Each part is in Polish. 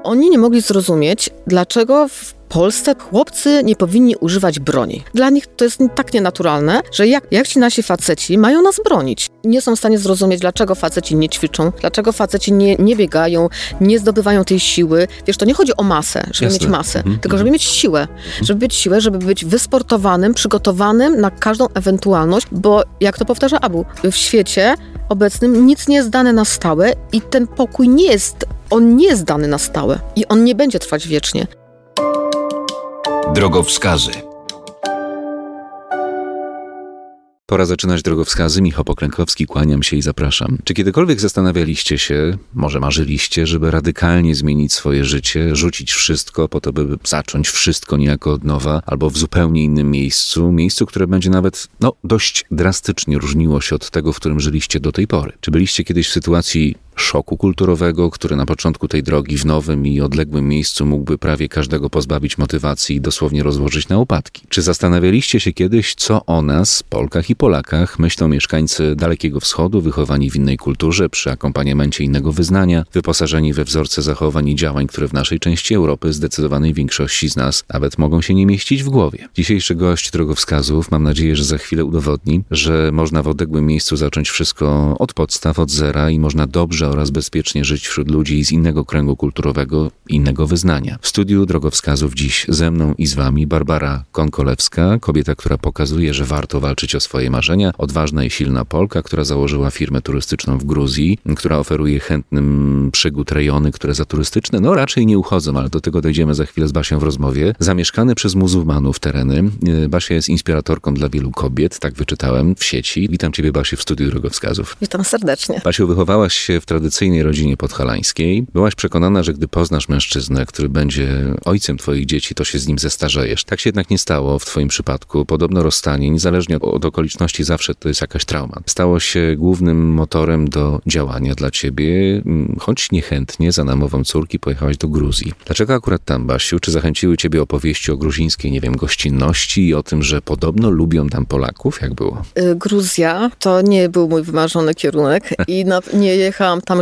Oni nie mogli zrozumieć, dlaczego w Polsce chłopcy nie powinni używać broni. Dla nich to jest tak nienaturalne, że jak ci nasi faceci mają nas bronić. Nie są w stanie zrozumieć, dlaczego faceci nie ćwiczą, dlaczego faceci nie biegają, nie zdobywają tej siły. Wiesz, to nie chodzi o masę, żeby mieć masę, tylko żeby mieć siłę. Żeby mieć siłę, żeby być wysportowanym, przygotowanym na każdą ewentualność, bo jak to powtarza Abu, w świecie obecnym nic nie jest dane na stałe i ten pokój nie jest dany na stałe i on nie będzie trwać wiecznie. Drogowskazy. Pora zaczynać drogowskazy. Michał Poklękowski, kłaniam się i zapraszam. Czy kiedykolwiek zastanawialiście się, może marzyliście, żeby radykalnie zmienić swoje życie, rzucić wszystko po to, by zacząć wszystko niejako od nowa, albo w zupełnie innym miejscu, które będzie nawet, dość drastycznie różniło się od tego, w którym żyliście do tej pory? Czy byliście kiedyś w sytuacji szoku kulturowego, który na początku tej drogi w nowym i odległym miejscu mógłby prawie każdego pozbawić motywacji i dosłownie rozłożyć na łopatki? Czy zastanawialiście się kiedyś, co o nas, Polkach i Polakach, myślą mieszkańcy Dalekiego Wschodu, wychowani w innej kulturze, przy akompaniamencie innego wyznania, wyposażeni we wzorce zachowań i działań, które w naszej części Europy zdecydowanej większości z nas nawet mogą się nie mieścić w głowie? Dzisiejszy gość drogowskazów, mam nadzieję, że za chwilę udowodni, że można w odległym miejscu zacząć wszystko od podstaw, od zera i można dobrze oraz bezpiecznie żyć wśród ludzi z innego kręgu kulturowego, innego wyznania. W studiu drogowskazów dziś ze mną i z wami Barbara Konkolewska, kobieta, która pokazuje, że warto walczyć o swoje marzenia, odważna i silna Polka, która założyła firmę turystyczną w Gruzji, która oferuje chętnym przygód rejony, które za turystyczne raczej nie uchodzą, ale do tego dojdziemy za chwilę z Basią w rozmowie. Zamieszkane przez muzułmanów tereny. Basia jest inspiratorką dla wielu kobiet, tak wyczytałem w sieci. Witam ciebie, Basiu, w studiu drogowskazów. Witam serdecznie. Basiu, wychowałaś się w tradycyjnej rodzinie podhalańskiej. Byłaś przekonana, że gdy poznasz mężczyznę, który będzie ojcem twoich dzieci, to się z nim zestarzejesz. Tak się jednak nie stało w twoim przypadku. Podobno rozstanie, niezależnie od okoliczności, zawsze to jest jakaś trauma. Stało się głównym motorem do działania dla ciebie, choć niechętnie, za namową córki pojechałaś do Gruzji. Dlaczego akurat tam, Basiu? Czy zachęciły ciebie opowieści o gruzińskiej, gościnności i o tym, że podobno lubią tam Polaków? Jak było? Gruzja to nie był mój wymarzony kierunek i nie jechałam tam,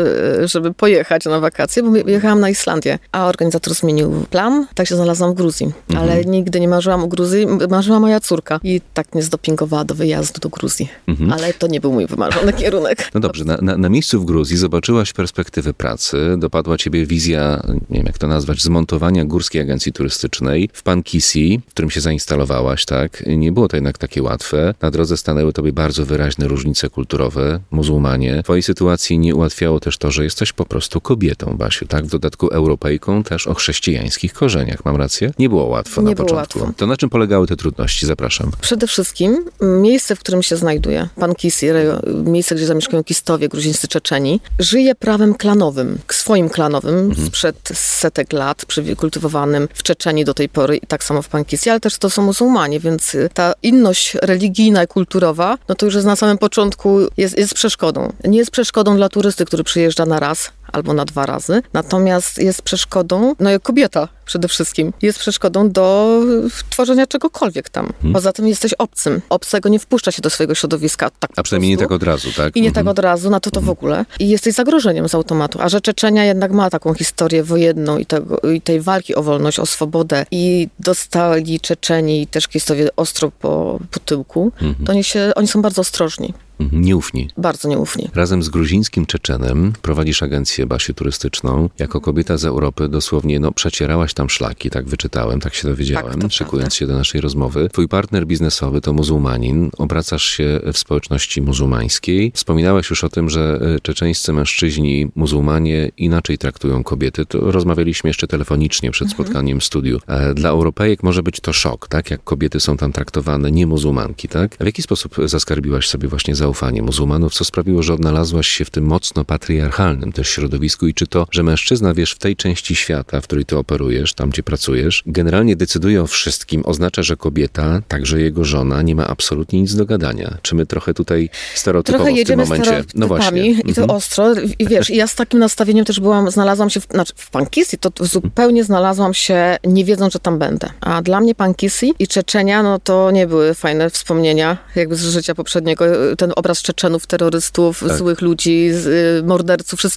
żeby pojechać na wakacje, bo jechałam na Islandię, a organizator zmienił plan, tak się znalazłam w Gruzji. Ale nigdy nie marzyłam o Gruzji, marzyła moja córka i tak mnie zdopingowała do wyjazdu do Gruzji. Ale to nie był mój wymarzony kierunek. No dobrze, na miejscu w Gruzji zobaczyłaś perspektywy pracy, dopadła ciebie wizja, nie wiem jak to nazwać, zmontowania górskiej agencji turystycznej w Pankisi, w którym się zainstalowałaś, tak? Nie było to jednak takie łatwe. Na drodze stanęły tobie bardzo wyraźne różnice kulturowe, muzułmanie. W twojej sytuacji nie ułatwiało też to, że jesteś po prostu kobietą, Basiu, tak? W dodatku Europejką też o chrześcijańskich korzeniach. Mam rację? Nie było łatwo na początku. Łatwo. To na czym polegały te trudności? Zapraszam. Przede wszystkim miejsce, w którym się znajduję, Pankisi, miejsce, gdzie zamieszkują Kistowie, gruzińscy Czeczeni, żyje prawem klanowym, swoim klanowym, sprzed setek lat, kultywowanym w Czeczenii do tej pory i tak samo w Pankisi, ale też to są muzułmanie, więc ta inność religijna i kulturowa, to już jest na samym początku jest przeszkodą. Nie jest przeszkodą dla turysty, który przyjeżdża na raz albo na 2 razy. Natomiast jest przeszkodą, jak kobieta przede wszystkim, jest przeszkodą do tworzenia czegokolwiek tam. Poza tym jesteś obcym. Obcego nie wpuszcza się do swojego środowiska. Tak a przynajmniej nie tak od razu, tak? I nie tak od razu, to w ogóle. I jesteś zagrożeniem z automatu. A że Czeczenia jednak ma taką historię wojenną i tej walki o wolność, o swobodę i dostali Czeczeni i też Kistowie ostro po tyłku, to oni są bardzo ostrożni. Nieufni. Bardzo nieufni. Razem z gruzińskim Czeczenem prowadzisz agencję, Basiu, turystyczną. Jako kobieta z Europy dosłownie, przecierałaś tam szlaki, tak wyczytałem, tak się dowiedziałem, tak, szykując się do naszej rozmowy. Twój partner biznesowy to muzułmanin, obracasz się w społeczności muzułmańskiej. Wspominałeś już o tym, że czeczeńscy mężczyźni, muzułmanie inaczej traktują kobiety. To rozmawialiśmy jeszcze telefonicznie przed spotkaniem w studiu. Dla Europejek może być to szok, tak? Jak kobiety są tam traktowane, nie muzułmanki, tak? A w jaki sposób zaskarbiłaś sobie właśnie zaufanie muzułmanów, co sprawiło, że odnalazłaś się w tym mocno patriarchalnym też środowisku i czy to, że mężczyzna, w tej części świata, w której ty operujesz, tam gdzie pracujesz, generalnie decyduje o wszystkim, oznacza, że kobieta, także jego żona, nie ma absolutnie nic do gadania. Czy my trochę tutaj stereotypowo w tym momencie... No właśnie. I to ostro. I wiesz, ja z takim nastawieniem też znalazłam się w Pankisi, to zupełnie znalazłam się, nie wiedząc, że tam będę. A dla mnie Pankisi i Czeczenia, to nie były fajne wspomnienia, jakby z życia poprzedniego. Ten obraz Czeczenów, terrorystów, złych ludzi, morderców, wszystkiego, co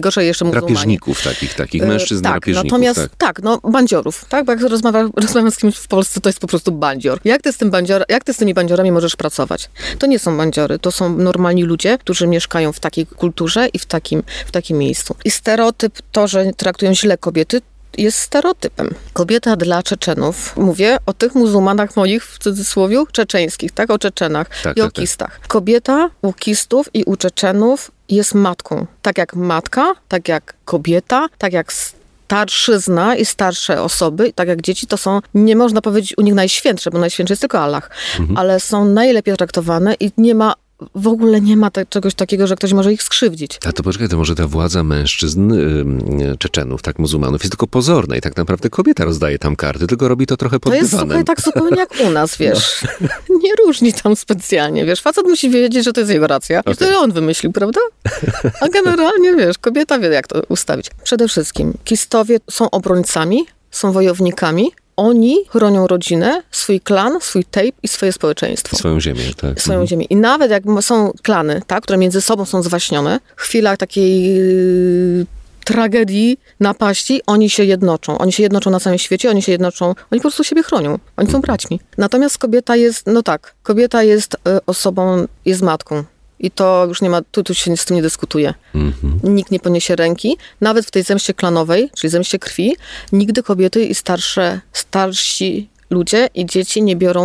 najgorsze jeszcze muzułmanie. Drapieżników takich mężczyzn drapieżników. Natomiast bandziorów, tak? Bo jak rozmawiam z kimś w Polsce, to jest po prostu bandzior. Jak ty z tymi bandziorami możesz pracować? To nie są bandziory, to są normalni ludzie, którzy mieszkają w takiej kulturze i w takim miejscu. I stereotyp, to, że traktują źle kobiety, jest stereotypem. Kobieta dla Czeczenów, mówię o tych muzułmanach moich, w cudzysłowie, czeczeńskich, tak? O Czeczenach i o kistach. Kobieta u kistów i u Czeczenów jest matką. Tak jak matka, tak jak kobieta, tak jak starszyzna i starsze osoby, tak jak dzieci, to są, nie można powiedzieć u nich najświętsze, bo najświętszy jest tylko Allah, ale są najlepiej traktowane i w ogóle nie ma czegoś takiego, że ktoś może ich skrzywdzić. A to poczekaj, to może ta władza mężczyzn, Czeczenów, tak, muzułmanów, jest tylko pozorna i tak naprawdę kobieta rozdaje tam karty, tylko robi to trochę pod dywanem. To jest, słuchaj, tak zupełnie jak u nas, wiesz. Nie różni tam specjalnie, wiesz. Facet musi wiedzieć, że to jest jego racja. I to on wymyślił, prawda? A generalnie, wiesz, kobieta wie, jak to ustawić. Przede wszystkim kistowie są obrońcami, są wojownikami. Oni chronią rodzinę, swój klan, swój tejp i swoje społeczeństwo. Swoją ziemię, tak. Swoją ziemię. I nawet jak są klany, tak, które między sobą są zwaśnione, w chwilach takiej tragedii, napaści, oni się jednoczą. Oni się jednoczą na całym świecie, oni po prostu siebie chronią. Oni są braćmi. Natomiast kobieta jest osobą, jest matką. I to już nie ma, tu się z tym nie dyskutuje. Nikt nie poniesie ręki. Nawet w tej zemście klanowej, czyli zemście krwi, nigdy kobiety i starsi ludzie i dzieci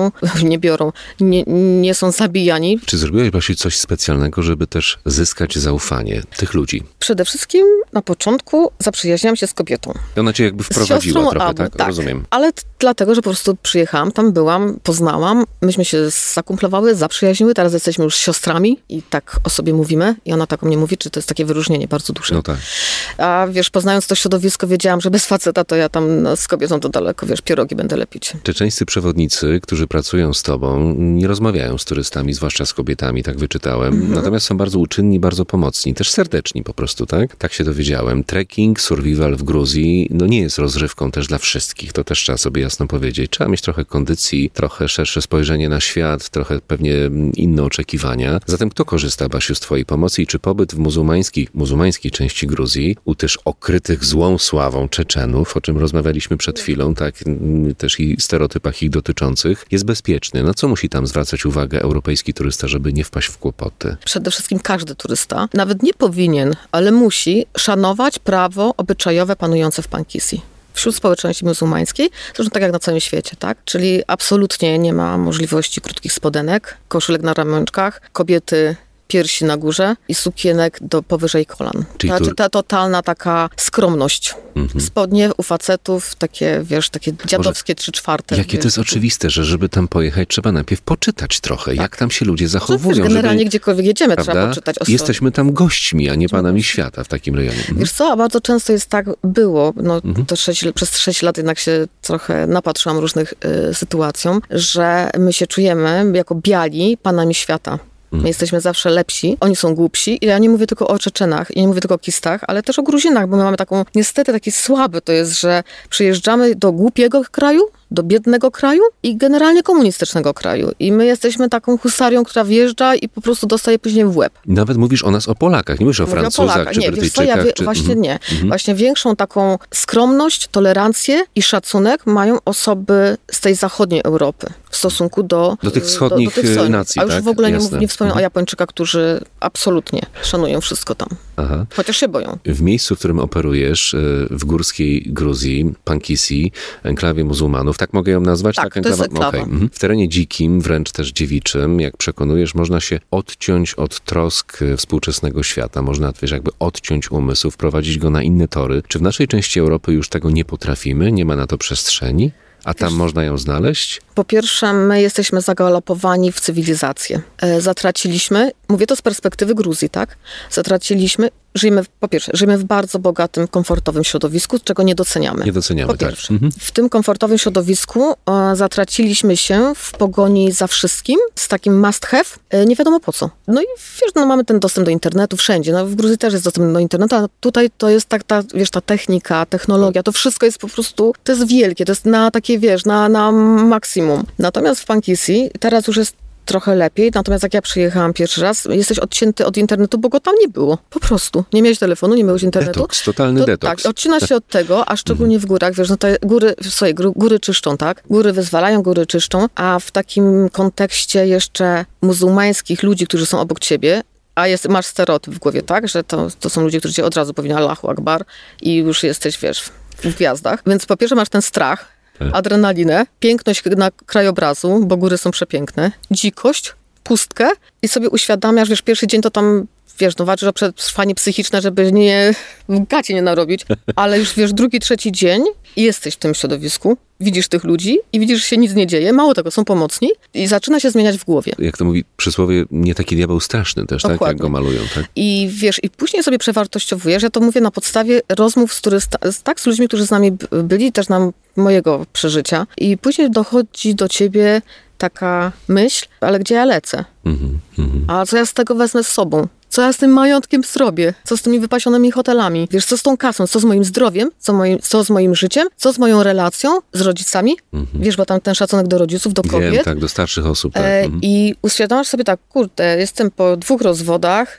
nie są zabijani. Czy zrobiłaś, Basiu, coś specjalnego, żeby też zyskać zaufanie tych ludzi? Przede wszystkim na początku zaprzyjaźniłam się z kobietą. Ona cię jakby wprowadziła trochę, tak? Rozumiem. Ale dlatego, że po prostu przyjechałam, tam byłam, poznałam, myśmy się zakumplowały, zaprzyjaźniły, teraz jesteśmy już siostrami i tak o sobie mówimy i ona tak o mnie mówi, czy to jest takie wyróżnienie bardzo duże. No tak. A wiesz, poznając to środowisko, wiedziałam, że bez faceta to ja tam z kobietą to daleko, wiesz, pierogi będę lepić. Czeczeńscy przewodnicy, którzy pracują z tobą, nie rozmawiają z turystami, zwłaszcza z kobietami, tak wyczytałem. Natomiast są bardzo uczynni, bardzo pomocni, też serdeczni po prostu, tak? Tak się dowiedziałem. Trekking, survival w Gruzji, nie jest rozrywką też dla wszystkich. To też trzeba sobie jasno powiedzieć. Trzeba mieć trochę kondycji, trochę szersze spojrzenie na świat, trochę pewnie inne oczekiwania. Zatem kto korzysta, Basiu, z twojej pomocy i czy pobyt w muzułmańskiej części Gruzji, u też okrytych złą sławą Czeczenów, o czym rozmawialiśmy przed chwilą, tak, też i stereotypach ich dotyczących, jest bezpieczny. Na co musi tam zwracać uwagę europejski turysta, żeby nie wpaść w kłopoty? Przede wszystkim każdy turysta nawet nie powinien, ale musi szanować prawo obyczajowe panujące w Pankisi. Wśród społeczności muzułmańskiej, zresztą tak jak na całym świecie, tak? Czyli absolutnie nie ma możliwości krótkich spodenek, koszulek na ramionczkach, kobiety piersi na górze i sukienek do powyżej kolan. Czyli ta totalna taka skromność. Spodnie u facetów, takie, wiesz, takie dziadowskie 3/4. Jakie to jest oczywiste, że żeby tam pojechać, trzeba najpierw poczytać trochę, jak tam się ludzie zachowują. Generalnie gdziekolwiek jedziemy, prawda? Trzeba poczytać o sobie. Jesteśmy tam gośćmi, a nie panami świata w takim rejonie. Wiesz co, a bardzo często jest tak, było, to przez 6 lat jednak się trochę napatrzyłam różnych sytuacjom, że my się czujemy jako biali panami świata. My jesteśmy zawsze lepsi, oni są głupsi i ja nie mówię tylko o Czeczenach i nie mówię tylko o kistach, ale też o Gruzinach, bo my mamy taką, niestety taki słaby to jest, że przyjeżdżamy do głupiego kraju, do biednego kraju i generalnie komunistycznego kraju. I my jesteśmy taką husarią, która wjeżdża i po prostu dostaje później w łeb. Nawet mówisz o nas, o Polakach, nie mówisz o Francuzach czy Brytyjczykach. Właśnie nie. Właśnie większą taką skromność, tolerancję i szacunek mają osoby z tej zachodniej Europy w stosunku do tych wschodnich nacji. A już tak? w ogóle nie wspomnę o Japończykach, którzy absolutnie szanują wszystko tam. Aha. Chociaż się boją. W miejscu, w którym operujesz, w górskiej Gruzji, Pankisi, enklawie muzułmanów, tak mogę ją nazwać? Tak, to jest enklawa. Okay. W terenie dzikim, wręcz też dziewiczym, jak przekonujesz, można się odciąć od trosk współczesnego świata. Można, wiesz, jakby odciąć umysł, wprowadzić go na inne tory. Czy w naszej części Europy już tego nie potrafimy? Nie ma na to przestrzeni? A tam można ją znaleźć? Po pierwsze, my jesteśmy zagalopowani w cywilizację. Zatraciliśmy, mówię to z perspektywy Gruzji, tak? Żyjemy w bardzo bogatym, komfortowym środowisku, czego nie doceniamy. Nie doceniamy, po pierwsze. W tym komfortowym środowisku zatraciliśmy się w pogoni za wszystkim, z takim must have, nie wiadomo po co. No i wiesz, mamy ten dostęp do internetu wszędzie. W Gruzji też jest dostęp do internetu, a tutaj to jest ta technika, technologia, to wszystko jest po prostu, to jest wielkie, to jest na takie, na maksimum. Natomiast w Pankisi teraz już jest trochę lepiej, natomiast jak ja przyjechałam pierwszy raz, jesteś odcięty od internetu, bo go tam nie było. Po prostu. Nie miałeś telefonu, nie miałeś internetu. Detoks, totalny detoks. Tak, odcina się od tego, a szczególnie w górach, wiesz, no te góry czyszczą, tak? Góry wyzwalają, góry czyszczą, a w takim kontekście jeszcze muzułmańskich ludzi, którzy są obok ciebie, masz stereotyp w głowie, tak? Że to są ludzie, którzy cię od razu powinni Allahu Akbar i już jesteś, wiesz, w gwiazdach. Więc po pierwsze masz ten strach, adrenalinę, piękność krajobrazu, bo góry są przepiękne, dzikość, pustkę i sobie uświadamiasz, wiesz, pierwszy dzień to tam, wiesz, no walczysz o przetrwanie psychiczne, żeby gacie nie narobić, ale już, wiesz, drugi, trzeci dzień i jesteś w tym środowisku, widzisz tych ludzi i widzisz, że się nic nie dzieje, mało tego, są pomocni i zaczyna się zmieniać w głowie. Jak to mówi przysłowie, nie taki diabeł straszny też, Dokładnie. tak? Jak go malują, tak? I wiesz, i później sobie przewartościowujesz, ja to mówię na podstawie rozmów z ludźmi, którzy z nami byli, też mojego przeżycia i później dochodzi do ciebie taka myśl, ale gdzie ja lecę? A co ja z tego wezmę z sobą? Co ja z tym majątkiem zrobię? Co z tymi wypasionymi hotelami? Wiesz, co z tą kasą? Co z moim zdrowiem? Co z moim życiem? Co z moją relacją z rodzicami? Wiesz, bo tam ten szacunek do rodziców, do kobiet. Wiem, tak, do starszych osób. Tak. I uświadamiasz sobie tak, kurde, jestem po 2 rozwodach,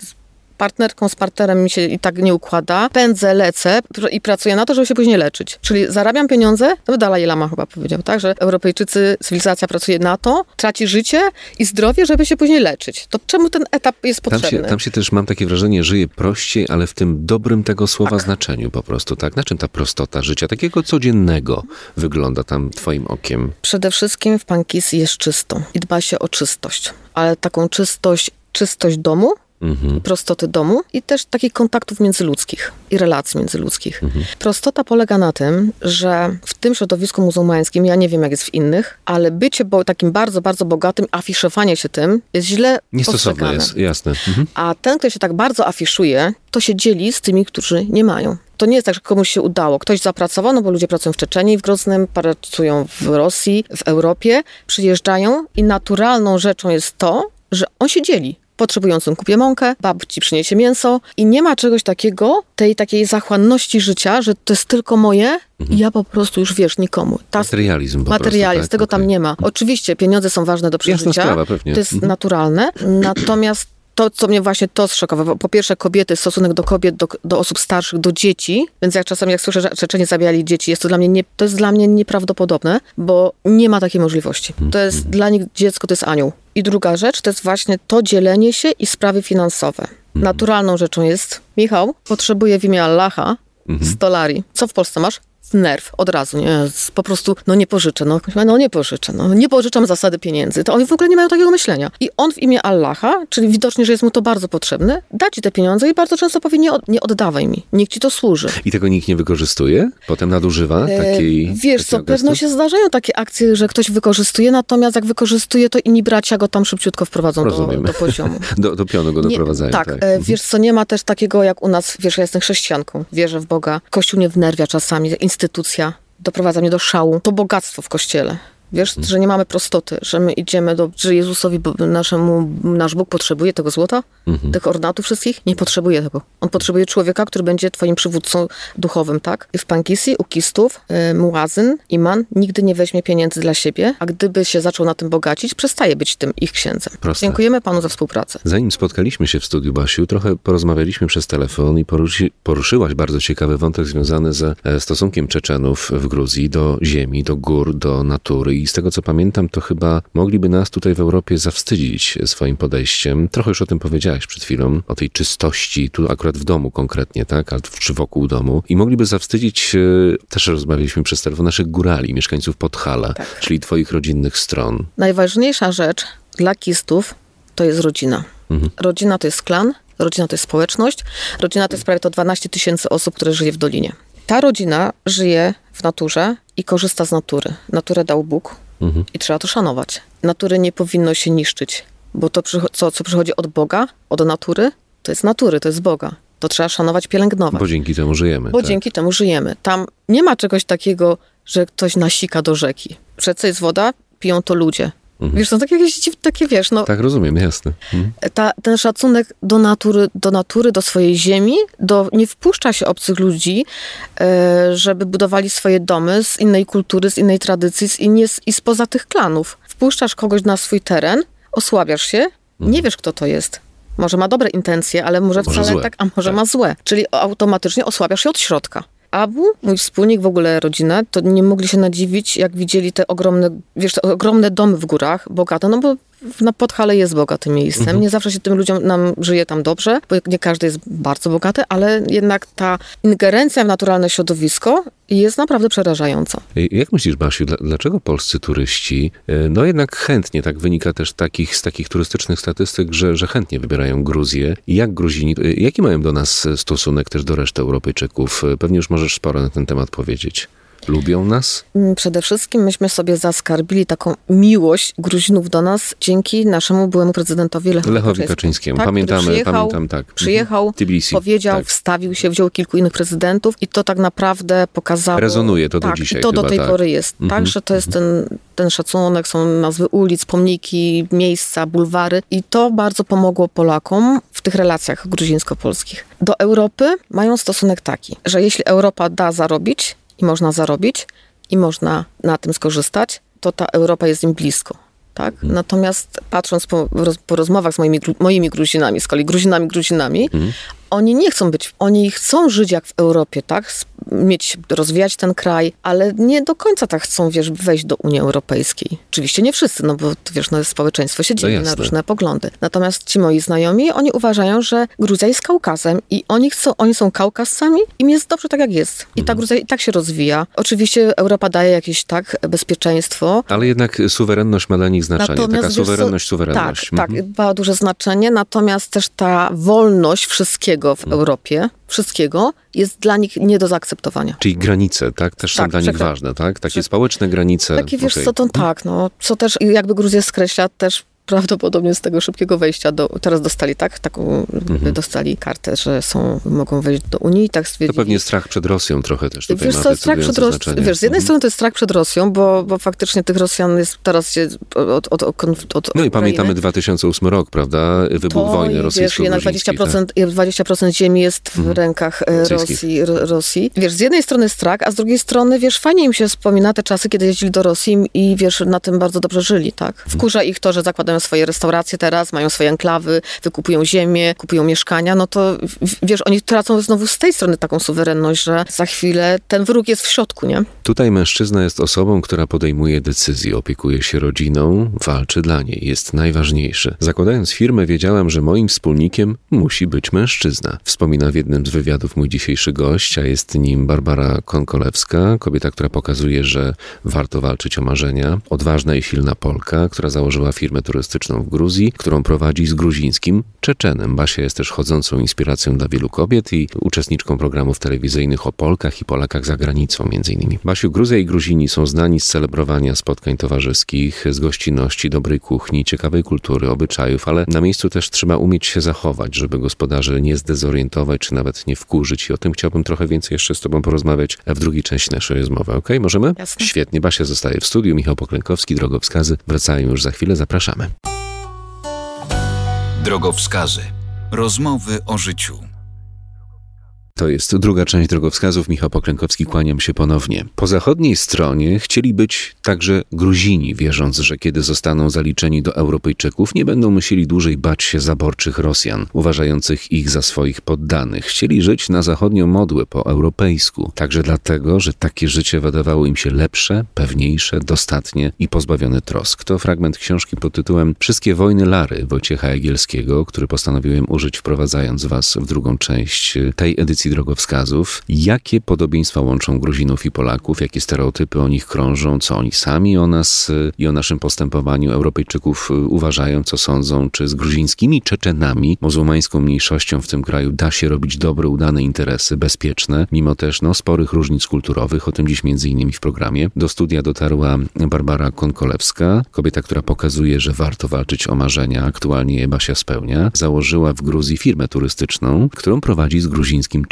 z partnerem mi się i tak nie układa, pędzę, lecę i pracuję na to, żeby się później leczyć. Czyli zarabiam pieniądze, to Dalaj Lama chyba powiedział, tak, że Europejczycy, cywilizacja pracuje na to, traci życie i zdrowie, żeby się później leczyć. To czemu ten etap jest potrzebny? Tam się też, mam takie wrażenie, żyje prościej, ale w tym dobrym tego słowa znaczeniu po prostu, tak? Na czym ta prostota życia, takiego codziennego wygląda tam twoim okiem? Przede wszystkim w Pankisi jest czysto i dba się o czystość, ale taką czystość domu, prostoty domu i też takich kontaktów międzyludzkich i relacji międzyludzkich. Prostota polega na tym, że w tym środowisku muzułmańskim, ja nie wiem jak jest w innych, ale bycie takim bardzo, bardzo bogatym, afiszowanie się tym jest źle niestosowne jest, jasne. A ten, kto się tak bardzo afiszuje, to się dzieli z tymi, którzy nie mają. To nie jest tak, że komuś się udało. Ktoś zapracował, no bo ludzie pracują w Czeczenii, w Groznem, pracują w Rosji, w Europie, przyjeżdżają i naturalną rzeczą jest to, że on się dzieli. Potrzebującym kupię mąkę, babci przyniesie mięso i nie ma czegoś takiego, tej takiej zachłanności życia, że to jest tylko moje i ja po prostu już, wiesz, nikomu. Materializm po Materializm, prostu, tak? tego tam nie ma. Oczywiście pieniądze są ważne do przeżycia, jasna sprawa, pewnie. To jest naturalne, natomiast to, co mnie właśnie to zszokowało, po pierwsze kobiety, stosunek do kobiet, do osób starszych, do dzieci, więc jak słyszę, że Czeczenie zabijali dzieci, to jest dla mnie nieprawdopodobne, bo nie ma takiej możliwości. To jest dla nich dziecko, to jest anioł. I druga rzecz, to jest właśnie to dzielenie się i sprawy finansowe. Naturalną rzeczą jest, Michał potrzebuje w imię Allaha $100. Co w Polsce masz? Nerw, od razu, nie? Po prostu, nie pożyczę, nie pożyczam zasady pieniędzy. To oni w ogóle nie mają takiego myślenia. I on w imię Allaha, czyli widocznie, że jest mu to bardzo potrzebne, da ci te pieniądze i bardzo często powie, nie oddawaj mi, niech ci to służy. I tego nikt nie wykorzystuje? Potem nadużywa takiej... Wiesz co, pewno się zdarzają takie akcje, że ktoś wykorzystuje, natomiast jak wykorzystuje, to inni bracia go tam szybciutko wprowadzą do poziomu. do pionu go doprowadzają. Tak, wiesz co, nie ma też takiego jak u nas, wiesz, ja jestem chrześcijanką, wierzę w Boga, Kościół mnie wnerwia czasami, instytucja doprowadza mnie do szału. To bogactwo w Kościele. Wiesz, że nie mamy prostoty, że my idziemy że Jezusowi, nasz Bóg potrzebuje tego złota, tych ornatów wszystkich? Nie potrzebuje tego. On potrzebuje człowieka, który będzie twoim przywódcą duchowym, tak? I w Pankisi u kistów muazyn, iman nigdy nie weźmie pieniędzy dla siebie, a gdyby się zaczął na tym bogacić, przestaje być tym ich księdzem. Proste. Dziękujemy Panu za współpracę. Zanim spotkaliśmy się w studiu, Basiu, trochę porozmawialiśmy przez telefon i poruszyłaś bardzo ciekawy wątek związany ze stosunkiem Czeczenów w Gruzji do ziemi, do gór, do natury. I z tego, co pamiętam, to chyba mogliby nas tutaj w Europie zawstydzić swoim podejściem. Trochę już o tym powiedziałaś przed chwilą, o tej czystości, tu akurat w domu konkretnie, tak? Czy wokół domu. I mogliby zawstydzić, też rozmawialiśmy przez telefon, naszych górali, mieszkańców Podhala, tak, czyli twoich rodzinnych stron. Najważniejsza rzecz dla kistów to jest rodzina. Rodzina to jest klan, rodzina to jest społeczność, rodzina to jest prawie 12 000 osób, które żyje w dolinie. Ta rodzina żyje w naturze i korzysta z natury. Naturę dał Bóg i trzeba to szanować. Natury nie powinno się niszczyć, bo to, co przychodzi od Boga, od natury, to jest Boga. To trzeba szanować, pielęgnować. Bo dzięki temu żyjemy. Dzięki temu żyjemy. Tam nie ma czegoś takiego, że ktoś nasika do rzeki. W rzece jest woda, piją to ludzie. Wiesz, są takie, wiesz, Tak, rozumiem, jasne. Ten szacunek do natury, do swojej ziemi, nie wpuszcza się obcych ludzi, żeby budowali swoje domy z innej kultury, z innej tradycji i spoza tych klanów. Wpuszczasz kogoś na swój teren, osłabiasz się, nie wiesz, kto to jest. Może ma dobre intencje, ale może wcale złe. tak, a może ma złe. Czyli automatycznie osłabiasz się od środka. Abu, mój wspólnik, w ogóle rodzina, to nie mogli się nadziwić, jak widzieli te ogromne domy w górach, bogate, no bo na Podhale jest bogatym miejscem. Nie zawsze się tym ludziom nam żyje tam dobrze, bo nie każdy jest bardzo bogaty, ale jednak ta ingerencja w naturalne środowisko jest naprawdę przerażająca. Jak myślisz, Basiu, dlaczego polscy turyści, no jednak chętnie, tak wynika też z takich turystycznych statystyk, że chętnie wybierają Gruzję. I jak Gruzini, jaki mają do nas stosunek też do reszty Europejczyków? Pewnie już możesz sporo na ten temat powiedzieć. Lubią nas? Przede wszystkim myśmy sobie zaskarbili taką miłość Gruzinów do nas dzięki naszemu byłemu prezydentowi Lechowi Kaczyńskiemu. Tak, Pamiętam, tak. Przyjechał, Tbilisi, powiedział, tak. wstawił się, wziął kilku innych prezydentów i to tak naprawdę pokazało... Rezonuje to do dzisiaj. I to chyba, do tej tak. pory jest. Tak, że to jest ten szacunek, są nazwy ulic, pomniki, miejsca, bulwary i to bardzo pomogło Polakom w tych relacjach gruzińsko-polskich. Do Europy mają stosunek taki, że jeśli Europa da zarobić, i można zarobić, i można na tym skorzystać, to ta Europa jest im blisko. Tak? Natomiast patrząc po rozmowach z moimi Gruzinami, z kolei Gruzinami, oni nie chcą być, oni chcą żyć jak w Europie, tak? Rozwijać ten kraj, ale nie do końca tak chcą, wejść do Unii Europejskiej. Oczywiście nie wszyscy, no bo społeczeństwo się dzieli na różne poglądy. Natomiast ci moi znajomi, oni uważają, że Gruzja jest Kaukazem i oni są Kaukazcami, im jest dobrze tak, jak jest. I ta Gruzja i tak się rozwija. Oczywiście Europa daje jakieś bezpieczeństwo. Ale jednak suwerenność ma dla nich znaczenie. Natomiast, taka suwerenność. Tak, ma duże znaczenie. Natomiast też ta wolność wszystkiego w Europie, jest dla nich nie do zaakceptowania. Czyli granice, tak? Też są dla nich ważne, tak? Takie społeczne granice. Takie, co też jakby Gruzję skreśla też prawdopodobnie z tego szybkiego wejścia teraz dostali, tak? Dostali kartę, że mogą wejść do Unii i tak stwierdzili. To pewnie strach przed Rosją trochę też tutaj ma strach przed znaczenie. z jednej strony to jest strach przed Rosją, bo faktycznie tych Rosjan jest teraz od no i pamiętamy 2008 rok, prawda? Wybuch wojny rosyjsko-gruzińskiej. 20% ziemi jest w rękach Rosji. Z jednej strony strach, a z drugiej strony, fajnie im się wspomina te czasy, kiedy jeździli do Rosji i na tym bardzo dobrze żyli, tak? Wkurza ich to, że zakładają swoje restauracje teraz, mają swoje enklawy, wykupują ziemię, kupują mieszkania, no to oni tracą znowu z tej strony taką suwerenność, że za chwilę ten wróg jest w środku, nie? Tutaj mężczyzna jest osobą, która podejmuje decyzje, opiekuje się rodziną, walczy dla niej, jest najważniejszy. Zakładając firmę, wiedziałam, że moim wspólnikiem musi być mężczyzna. Wspomina w jednym z wywiadów mój dzisiejszy gość, a jest nim Barbara Konkolewska, kobieta, która pokazuje, że warto walczyć o marzenia, odważna i silna Polka, która założyła firmę turystyczną w Gruzji, którą prowadzi z gruzińskim Czeczenem. Basia jest też chodzącą inspiracją dla wielu kobiet i uczestniczką programów telewizyjnych o Polkach i Polakach za granicą między innymi. Basiu, Gruzja i Gruzini są znani z celebrowania spotkań towarzyskich, z gościnności, dobrej kuchni, ciekawej kultury, obyczajów, ale na miejscu też trzeba umieć się zachować, żeby gospodarzy nie zdezorientować, czy nawet nie wkurzyć. I o tym chciałbym trochę więcej jeszcze z tobą porozmawiać w drugiej części naszej rozmowy. Okej, możemy? Jasne. Świetnie. Basia zostaje w studiu. Michał Poklękowski, Drogowskazy. Wracają już za chwilę. Zapraszamy. Drogowskazy. Rozmowy o życiu. To jest druga część Drogowskazów. Michał Poklękowski, kłaniam się ponownie. Po zachodniej stronie chcieli być także Gruzini, wierząc, że kiedy zostaną zaliczeni do Europejczyków, nie będą musieli dłużej bać się zaborczych Rosjan, uważających ich za swoich poddanych. Chcieli żyć na zachodnią modłę, po europejsku. Także dlatego, że takie życie wydawało im się lepsze, pewniejsze, dostatnie i pozbawione trosk. To fragment książki pod tytułem Wszystkie wojny Lary Wojciecha Jagielskiego, który postanowiłem użyć, wprowadzając was w drugą część tej edycji Drogowskazów. Jakie podobieństwa łączą Gruzinów i Polaków? Jakie stereotypy o nich krążą? Co oni sami o nas i o naszym postępowaniu Europejczyków uważają? Co sądzą? Czy z gruzińskimi Czeczenami, muzułmańską mniejszością w tym kraju, da się robić dobre, udane interesy, bezpieczne, mimo też sporych różnic kulturowych? O tym dziś między innymi w programie. Do studia dotarła Barbara Konkolewska, kobieta, która pokazuje, że warto walczyć o marzenia. Aktualnie je Basia spełnia. Założyła w Gruzji firmę turystyczną, którą prowadzi z gruzińskim Czeczenem.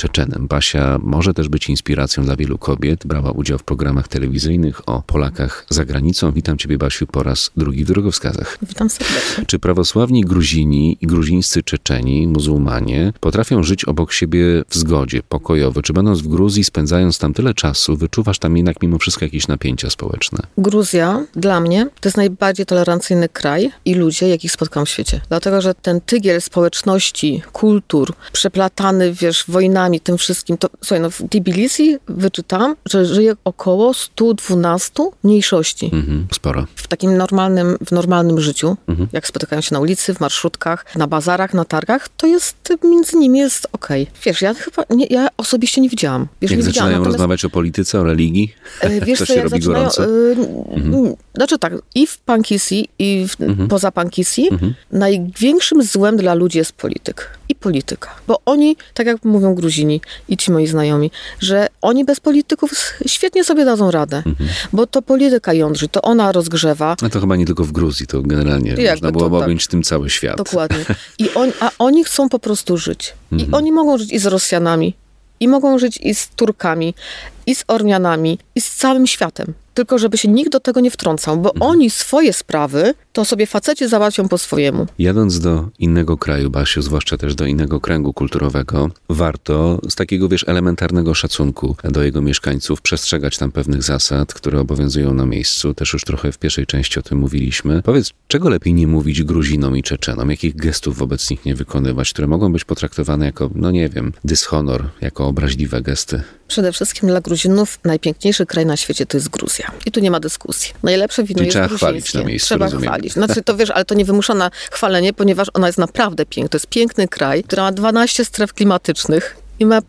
Czeczenem. Basia może też być inspiracją dla wielu kobiet. Brała udział w programach telewizyjnych o Polakach za granicą. Witam Ciebie, Basiu, po raz drugi w Drogowskazach. Witam serdecznie. Czy prawosławni Gruzini i gruzińscy Czeczeni, muzułmanie, potrafią żyć obok siebie w zgodzie, pokojowo? Czy będąc w Gruzji, spędzając tam tyle czasu, wyczuwasz tam jednak mimo wszystko jakieś napięcia społeczne? Gruzja dla mnie to jest najbardziej tolerancyjny kraj i ludzie, jakich spotkałam w świecie. Dlatego, że ten tygiel społeczności, kultur, przeplatany, wojnami, tym wszystkim, to słuchaj, w Tbilisi wyczytałam, że żyje około 112 mniejszości. Sporo. W takim normalnym życiu, jak spotykają się na ulicy, w marszrutkach, na bazarach, na targach, to jest, między nimi jest okej. Wiesz, ja osobiście nie widziałam. Wiesz, jak nie zaczynają widziałam, rozmawiać o polityce, o religii, wiesz to co, się jak robi zaczynają, gorąco? Znaczy tak, i w Pankisi, i poza Pankisi, największym złem dla ludzi jest polityk. I polityka. Bo oni, tak jak mówią Gruzini i ci moi znajomi, że oni bez polityków świetnie sobie dadzą radę. Bo to polityka jądrzy, to ona rozgrzewa. A to chyba nie tylko w Gruzji, to generalnie można było objąć tym cały świat. Dokładnie. A oni chcą po prostu żyć. I oni mogą żyć i z Rosjanami, i mogą żyć i z Turkami, i z Ormianami, i z całym światem. Tylko żeby się nikt do tego nie wtrącał, bo oni swoje sprawy to sobie faceci załatwią po swojemu. Jadąc do innego kraju, Basiu, zwłaszcza też do innego kręgu kulturowego, warto z takiego, elementarnego szacunku do jego mieszkańców przestrzegać tam pewnych zasad, które obowiązują na miejscu. Też już trochę w pierwszej części o tym mówiliśmy. Powiedz, czego lepiej nie mówić Gruzinom i Czeczenom? Jakich gestów wobec nich nie wykonywać, które mogą być potraktowane jako, dyshonor, jako obraźliwe gesty? Przede wszystkim dla Gruzinów najpiękniejszy kraj na świecie to jest Gruzja. I tu nie ma dyskusji. Najlepsze wino jest trzeba gruzińskie. chwalić na miejscu, Trzeba rozumiem. chwalić. Znaczy to ale to nie wymusza na chwalenie, ponieważ ona jest naprawdę piękna. To jest piękny kraj, który ma 12 stref klimatycznych i ma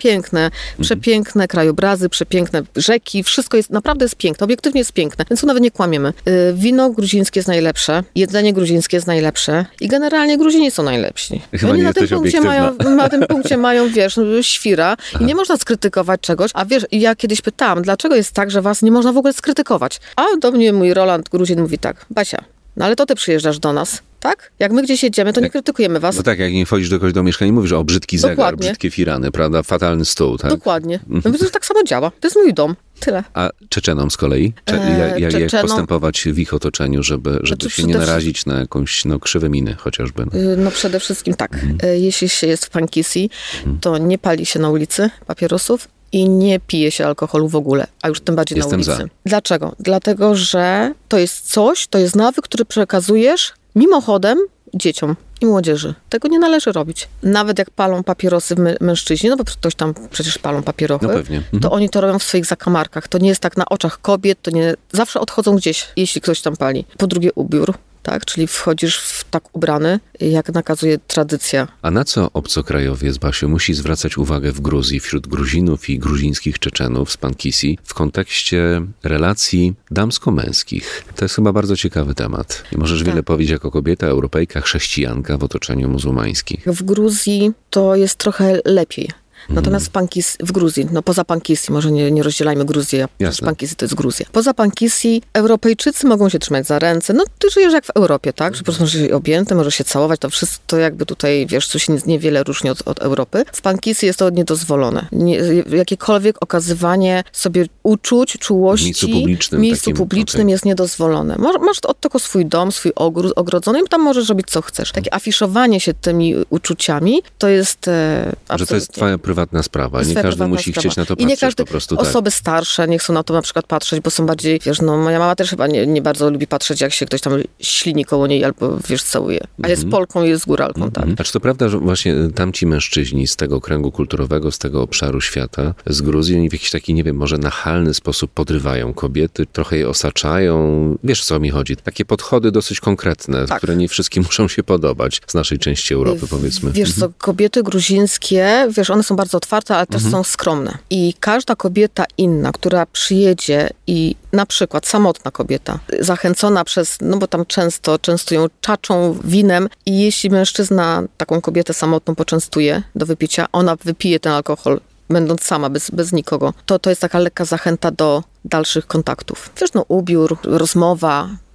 przepiękne krajobrazy, przepiękne rzeki, wszystko naprawdę jest piękne, obiektywnie jest piękne, więc tu nawet nie kłamiemy. Wino gruzińskie jest najlepsze, jedzenie gruzińskie jest najlepsze i generalnie Gruzini są najlepsi. Chyba oni nie na tym jesteś punkcie obiektywna. na tym punkcie mają, świra i nie można skrytykować czegoś, a ja kiedyś pytałam, dlaczego jest tak, że was nie można w ogóle skrytykować? A do mnie mój Roland Gruzin mówi tak: Basia, no ale to ty przyjeżdżasz do nas, tak? Jak my gdzieś jedziemy, to nie krytykujemy was. No tak, jak nie wchodzisz do kogoś do mieszkania i mówisz o brzydki zegar, Dokładnie. brzydkie firany, prawda? Fatalny stół, tak? Dokładnie. No to tak samo działa. To jest mój dom. Tyle. A Czeczenom z kolei? Jak postępować w ich otoczeniu, żeby się nie narazić na jakąś krzywe miny chociażby? No przede wszystkim tak. Jeśli się jest w Pankisi, to nie pali się na ulicy papierosów i nie pije się alkoholu w ogóle, a już tym bardziej Jestem na ulicy. za. Dlaczego? Dlatego, że to jest nawyk, który przekazujesz mimochodem dzieciom i młodzieży. Tego nie należy robić. Nawet jak palą papierosy mężczyźni, no bo ktoś tam przecież palą papierosy, no pewnie. To oni to robią w swoich zakamarkach. To nie jest tak na oczach kobiet, to nie zawsze odchodzą gdzieś, jeśli ktoś tam pali. Po drugie ubiór. Tak, czyli wchodzisz w tak ubrany, jak nakazuje tradycja. A na co obcokrajowiec, Basiu, musi zwracać uwagę w Gruzji wśród Gruzinów i gruzińskich Czeczenów z Pankisi w kontekście relacji damsko-męskich? To jest chyba bardzo ciekawy temat. I możesz wiele powiedzieć jako kobieta, Europejka, chrześcijanka w otoczeniu muzułmańskim. W Gruzji to jest trochę lepiej. Natomiast w Gruzji, poza Pankisi, może nie rozdzielajmy Gruzji, a przecież Pankisi to jest Gruzja. Poza Pankisi Europejczycy mogą się trzymać za ręce. No ty żyjesz jak w Europie, tak? Że po prostu możesz się objęty, możesz się całować, to wszystko jakby tutaj, coś się niewiele różni od Europy. W Pankisi jest to niedozwolone. Jakiekolwiek okazywanie sobie uczuć, czułości w miejscu publicznym jest niedozwolone. Masz od tego swój dom, swój ogród ogrodzony i tam możesz robić co chcesz. Takie afiszowanie się tymi uczuciami to jest absolutnie... Że to jest twoja prywatna sprawa. Nie każdy musi chcieć na to patrzeć. I nie każdy, po prostu osoby starsze nie chcą na to na przykład patrzeć, bo są bardziej, moja mama też chyba nie bardzo lubi patrzeć, jak się ktoś tam ślini koło niej albo, całuje. A jest Polką, jest góralką, tak. A czy to prawda, że właśnie tamci mężczyźni z tego kręgu kulturowego, z tego obszaru świata, z Gruzji, oni w jakiś taki, może nachalny sposób podrywają kobiety, trochę je osaczają? Wiesz, o co mi chodzi? Takie podchody dosyć konkretne, które nie wszystkim muszą się podobać z naszej części Europy, powiedzmy. Wiesz co, kobiety gruzińskie, one są bardzo otwarte, ale też są skromne. I każda kobieta inna, która przyjedzie i na przykład samotna kobieta, zachęcona bo tam często ją czaczą, winem i jeśli mężczyzna taką kobietę samotną poczęstuje do wypicia, ona wypije ten alkohol, będąc sama, bez nikogo. To jest taka lekka zachęta do dalszych kontaktów. Ubiór, rozmowa,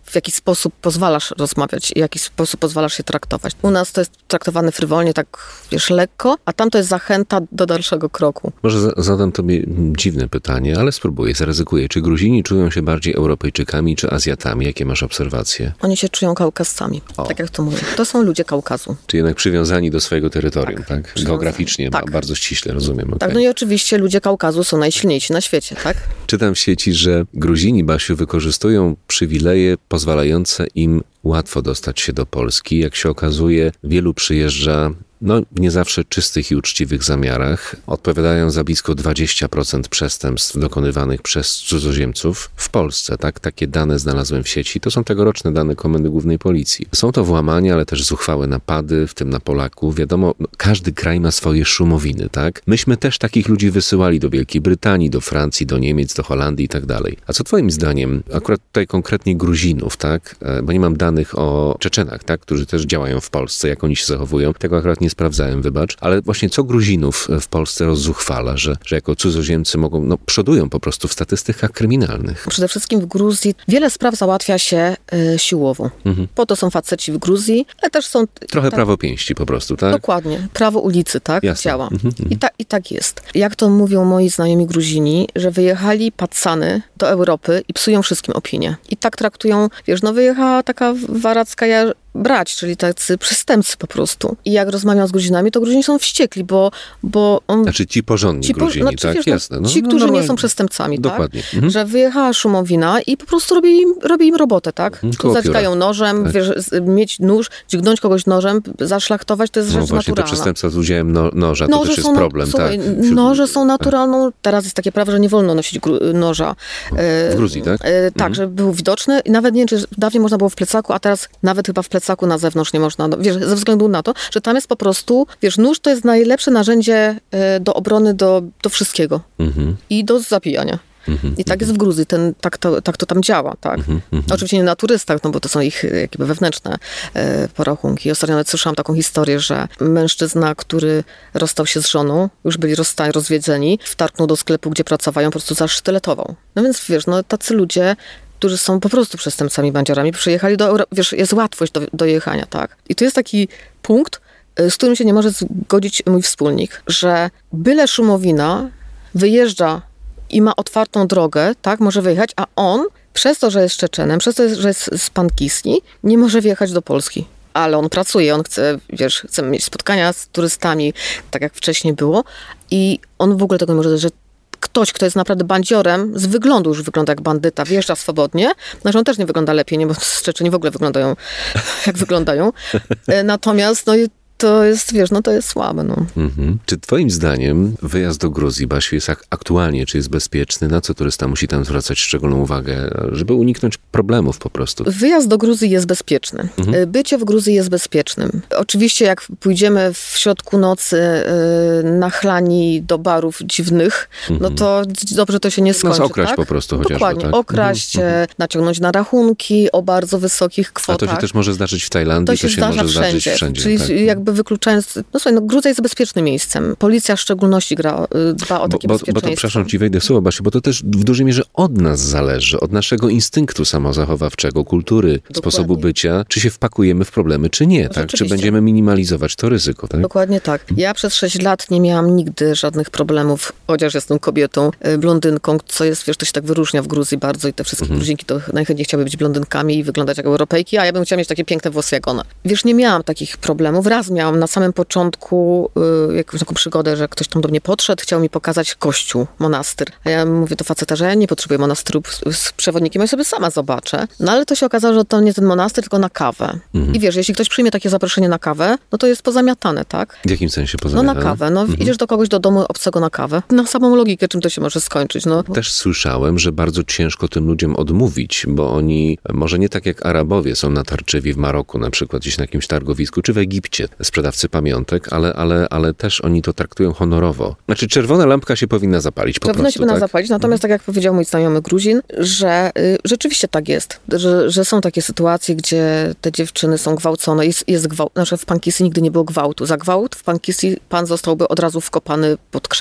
w jaki sposób pozwalasz rozmawiać i w jaki sposób pozwalasz się traktować. U nas to jest traktowane frywolnie, tak lekko, a tam to jest zachęta do dalszego kroku. Może zadam tobie dziwne pytanie, ale spróbuję, zaryzykuję. Czy Gruzini czują się bardziej Europejczykami czy Azjatami? Jakie masz obserwacje? Oni się czują Kaukazcami, tak jak to mówię. To są ludzie Kaukazu. Czy jednak przywiązani do swojego terytorium, tak? Geograficznie, tak. Bardzo ściśle, rozumiem. Tak, no i oczywiście ludzie Kaukazu są najsilniejsi na świecie, tak? Czytam w sieci, że Gruzini, Basiu, wykorzystują przywileje pozwalające im łatwo dostać się do Polski. Jak się okazuje, wielu przyjeżdża w nie zawsze czystych i uczciwych zamiarach. Odpowiadają za blisko 20% przestępstw dokonywanych przez cudzoziemców w Polsce. Tak? Takie dane znalazłem w sieci. To są tegoroczne dane Komendy Głównej Policji. Są to włamania, ale też zuchwałe napady, w tym na Polaków. Wiadomo, każdy kraj ma swoje szumowiny, tak? Myśmy też takich ludzi wysyłali do Wielkiej Brytanii, do Francji, do Niemiec, do Holandii i tak dalej. A co twoim zdaniem, akurat tutaj konkretnie Gruzinów, tak? Bo nie mam danych o Czeczenach, tak? Którzy też działają w Polsce, jak oni się zachowują. Tego akurat nie sprawdzałem, wybacz. Ale właśnie co Gruzinów w Polsce rozzuchwala, że jako cudzoziemcy przodują po prostu w statystykach kryminalnych. Przede wszystkim w Gruzji wiele spraw załatwia się siłowo. Po to są faceci w Gruzji, ale też są... Trochę prawo pięści po prostu, tak? Dokładnie. Prawo ulicy, tak? Jasne. Działa. I tak jest. Jak to mówią moi znajomi Gruzini, że wyjechali pacany do Europy i psują wszystkim opinię. I tak traktują, wyjechała taka waracka brać, czyli tacy przestępcy po prostu. I jak rozmawiam z Gruzinami, to Gruzini są wściekli, bo on... Znaczy ci porządni Gruzini, tak? Jasne. Ci, którzy nie są przestępcami, dokładnie. Tak? Że wyjechała szumowina i po prostu robi im robotę, tak? Zaćgają nożem, tak. Mieć nóż, dźgnąć kogoś nożem, zaszlachtować, to jest rzecz właśnie naturalna. Te przestępstwa z udziałem noża, to też jest problem, tak? Noże są naturalną... Teraz jest takie prawo, że nie wolno nosić noża. W Gruzji, tak? Tak, żeby był widoczny. I nawet nie wiem, czy dawniej można było w plecaku, a teraz nawet chyba w plecaku na zewnątrz nie można, ze względu na to, że tam jest po prostu, nóż to jest najlepsze narzędzie do obrony do wszystkiego. I do zabijania. I tak jest w Gruzji, tak to tam działa, tak? Oczywiście nie na turystach, bo to są ich jakby wewnętrzne porachunki. Ostatnio nawet słyszałam taką historię, że mężczyzna, który rozstał się z żoną, już byli rozwiedzeni, wtargnął do sklepu, gdzie pracowają, po prostu zasztyletował. No więc tacy ludzie, którzy są po prostu przestępcami, bandziorami, przyjechali do Europy, jest łatwość do jechania, tak? I to jest taki punkt, z którym się nie może zgodzić mój wspólnik, że byle szumowina wyjeżdża i ma otwartą drogę, tak, może wyjechać, a on, przez to, że jest Czeczenem, przez to, że jest z Pankisni, nie może wjechać do Polski. Ale on pracuje, on chce mieć spotkania z turystami, tak jak wcześniej było, i on w ogóle tego nie może, że ktoś, kto jest naprawdę bandziorem, z wyglądu już wygląda jak bandyta, wjeżdża swobodnie, on też nie wygląda lepiej, nie, bo Czeczeni w ogóle wyglądają jak wyglądają. Natomiast to jest, to jest słabe. Czy twoim zdaniem wyjazd do Gruzji, Basiu, jest aktualnie, czy jest bezpieczny? Na co turysta musi tam zwracać szczególną uwagę, żeby uniknąć problemów po prostu? Wyjazd do Gruzji jest bezpieczny. Bycie w Gruzji jest bezpiecznym. Oczywiście jak pójdziemy w środku nocy nachlani do barów dziwnych, to dobrze to się nie skończy. Okraść po prostu chociażby. Dokładnie. Tak? Okraść, naciągnąć na rachunki o bardzo wysokich kwotach. A to się też może zdarzyć w Tajlandii, to się może zdarzyć wszędzie. Czyli tak? jakby wykluczając... Gruzja jest bezpiecznym miejscem. Policja w szczególności dba o takie bezpieczeństwo. Bo to, przepraszam ci, wejdę w słowo, Basiu, bo to też w dużej mierze od nas zależy, od naszego instynktu samozachowawczego, kultury, dokładnie. Sposobu bycia, czy się wpakujemy w problemy, czy nie, tak? Czy będziemy minimalizować to ryzyko, tak? Dokładnie tak. Ja przez 6 lat nie miałam nigdy żadnych problemów, chociaż jestem kobietą, blondynką, co jest, to się tak wyróżnia w Gruzji bardzo i te wszystkie Gruzinki to najchętniej chciały być blondynkami i wyglądać jak Europejki, a ja bym chciała mieć takie piękne włosy jak one. Nie miałam takich problemów. Raz miałam na samym początku jakąś taką przygodę, że ktoś tam do mnie podszedł, chciał mi pokazać kościół, monastyr. A ja mówię do faceta, że ja nie potrzebuję monastyru z przewodnikiem, ja sobie sama zobaczę. Ale to się okazało, że to nie ten monastyr, tylko na kawę. I jeśli ktoś przyjmie takie zaproszenie na kawę, to jest pozamiatane, tak? W jakim sensie pozamiatane? Na kawę. Idziesz do kogoś do domu obcego na kawę. Na samą logikę, czym to się może skończyć. Też słyszałem, że bardzo ciężko tym ludziom odmówić, bo oni, może nie tak jak Arabowie są natarczywi w Maroku, na przykład gdzieś na jakimś targowisku, czy w Egipcie, sprzedawcy pamiątek, ale też oni to traktują honorowo. Znaczy czerwona lampka się powinna zapalić po prostu. Powinna się powinna zapalić, natomiast tak jak powiedział mój znajomy Gruzin, że rzeczywiście tak jest, że są takie sytuacje, gdzie te dziewczyny są gwałcone, jest gwałt, w Pankisy nigdy nie było gwałtu. Za gwałt w Pankisy pan zostałby od razu wkopany pod krzaki.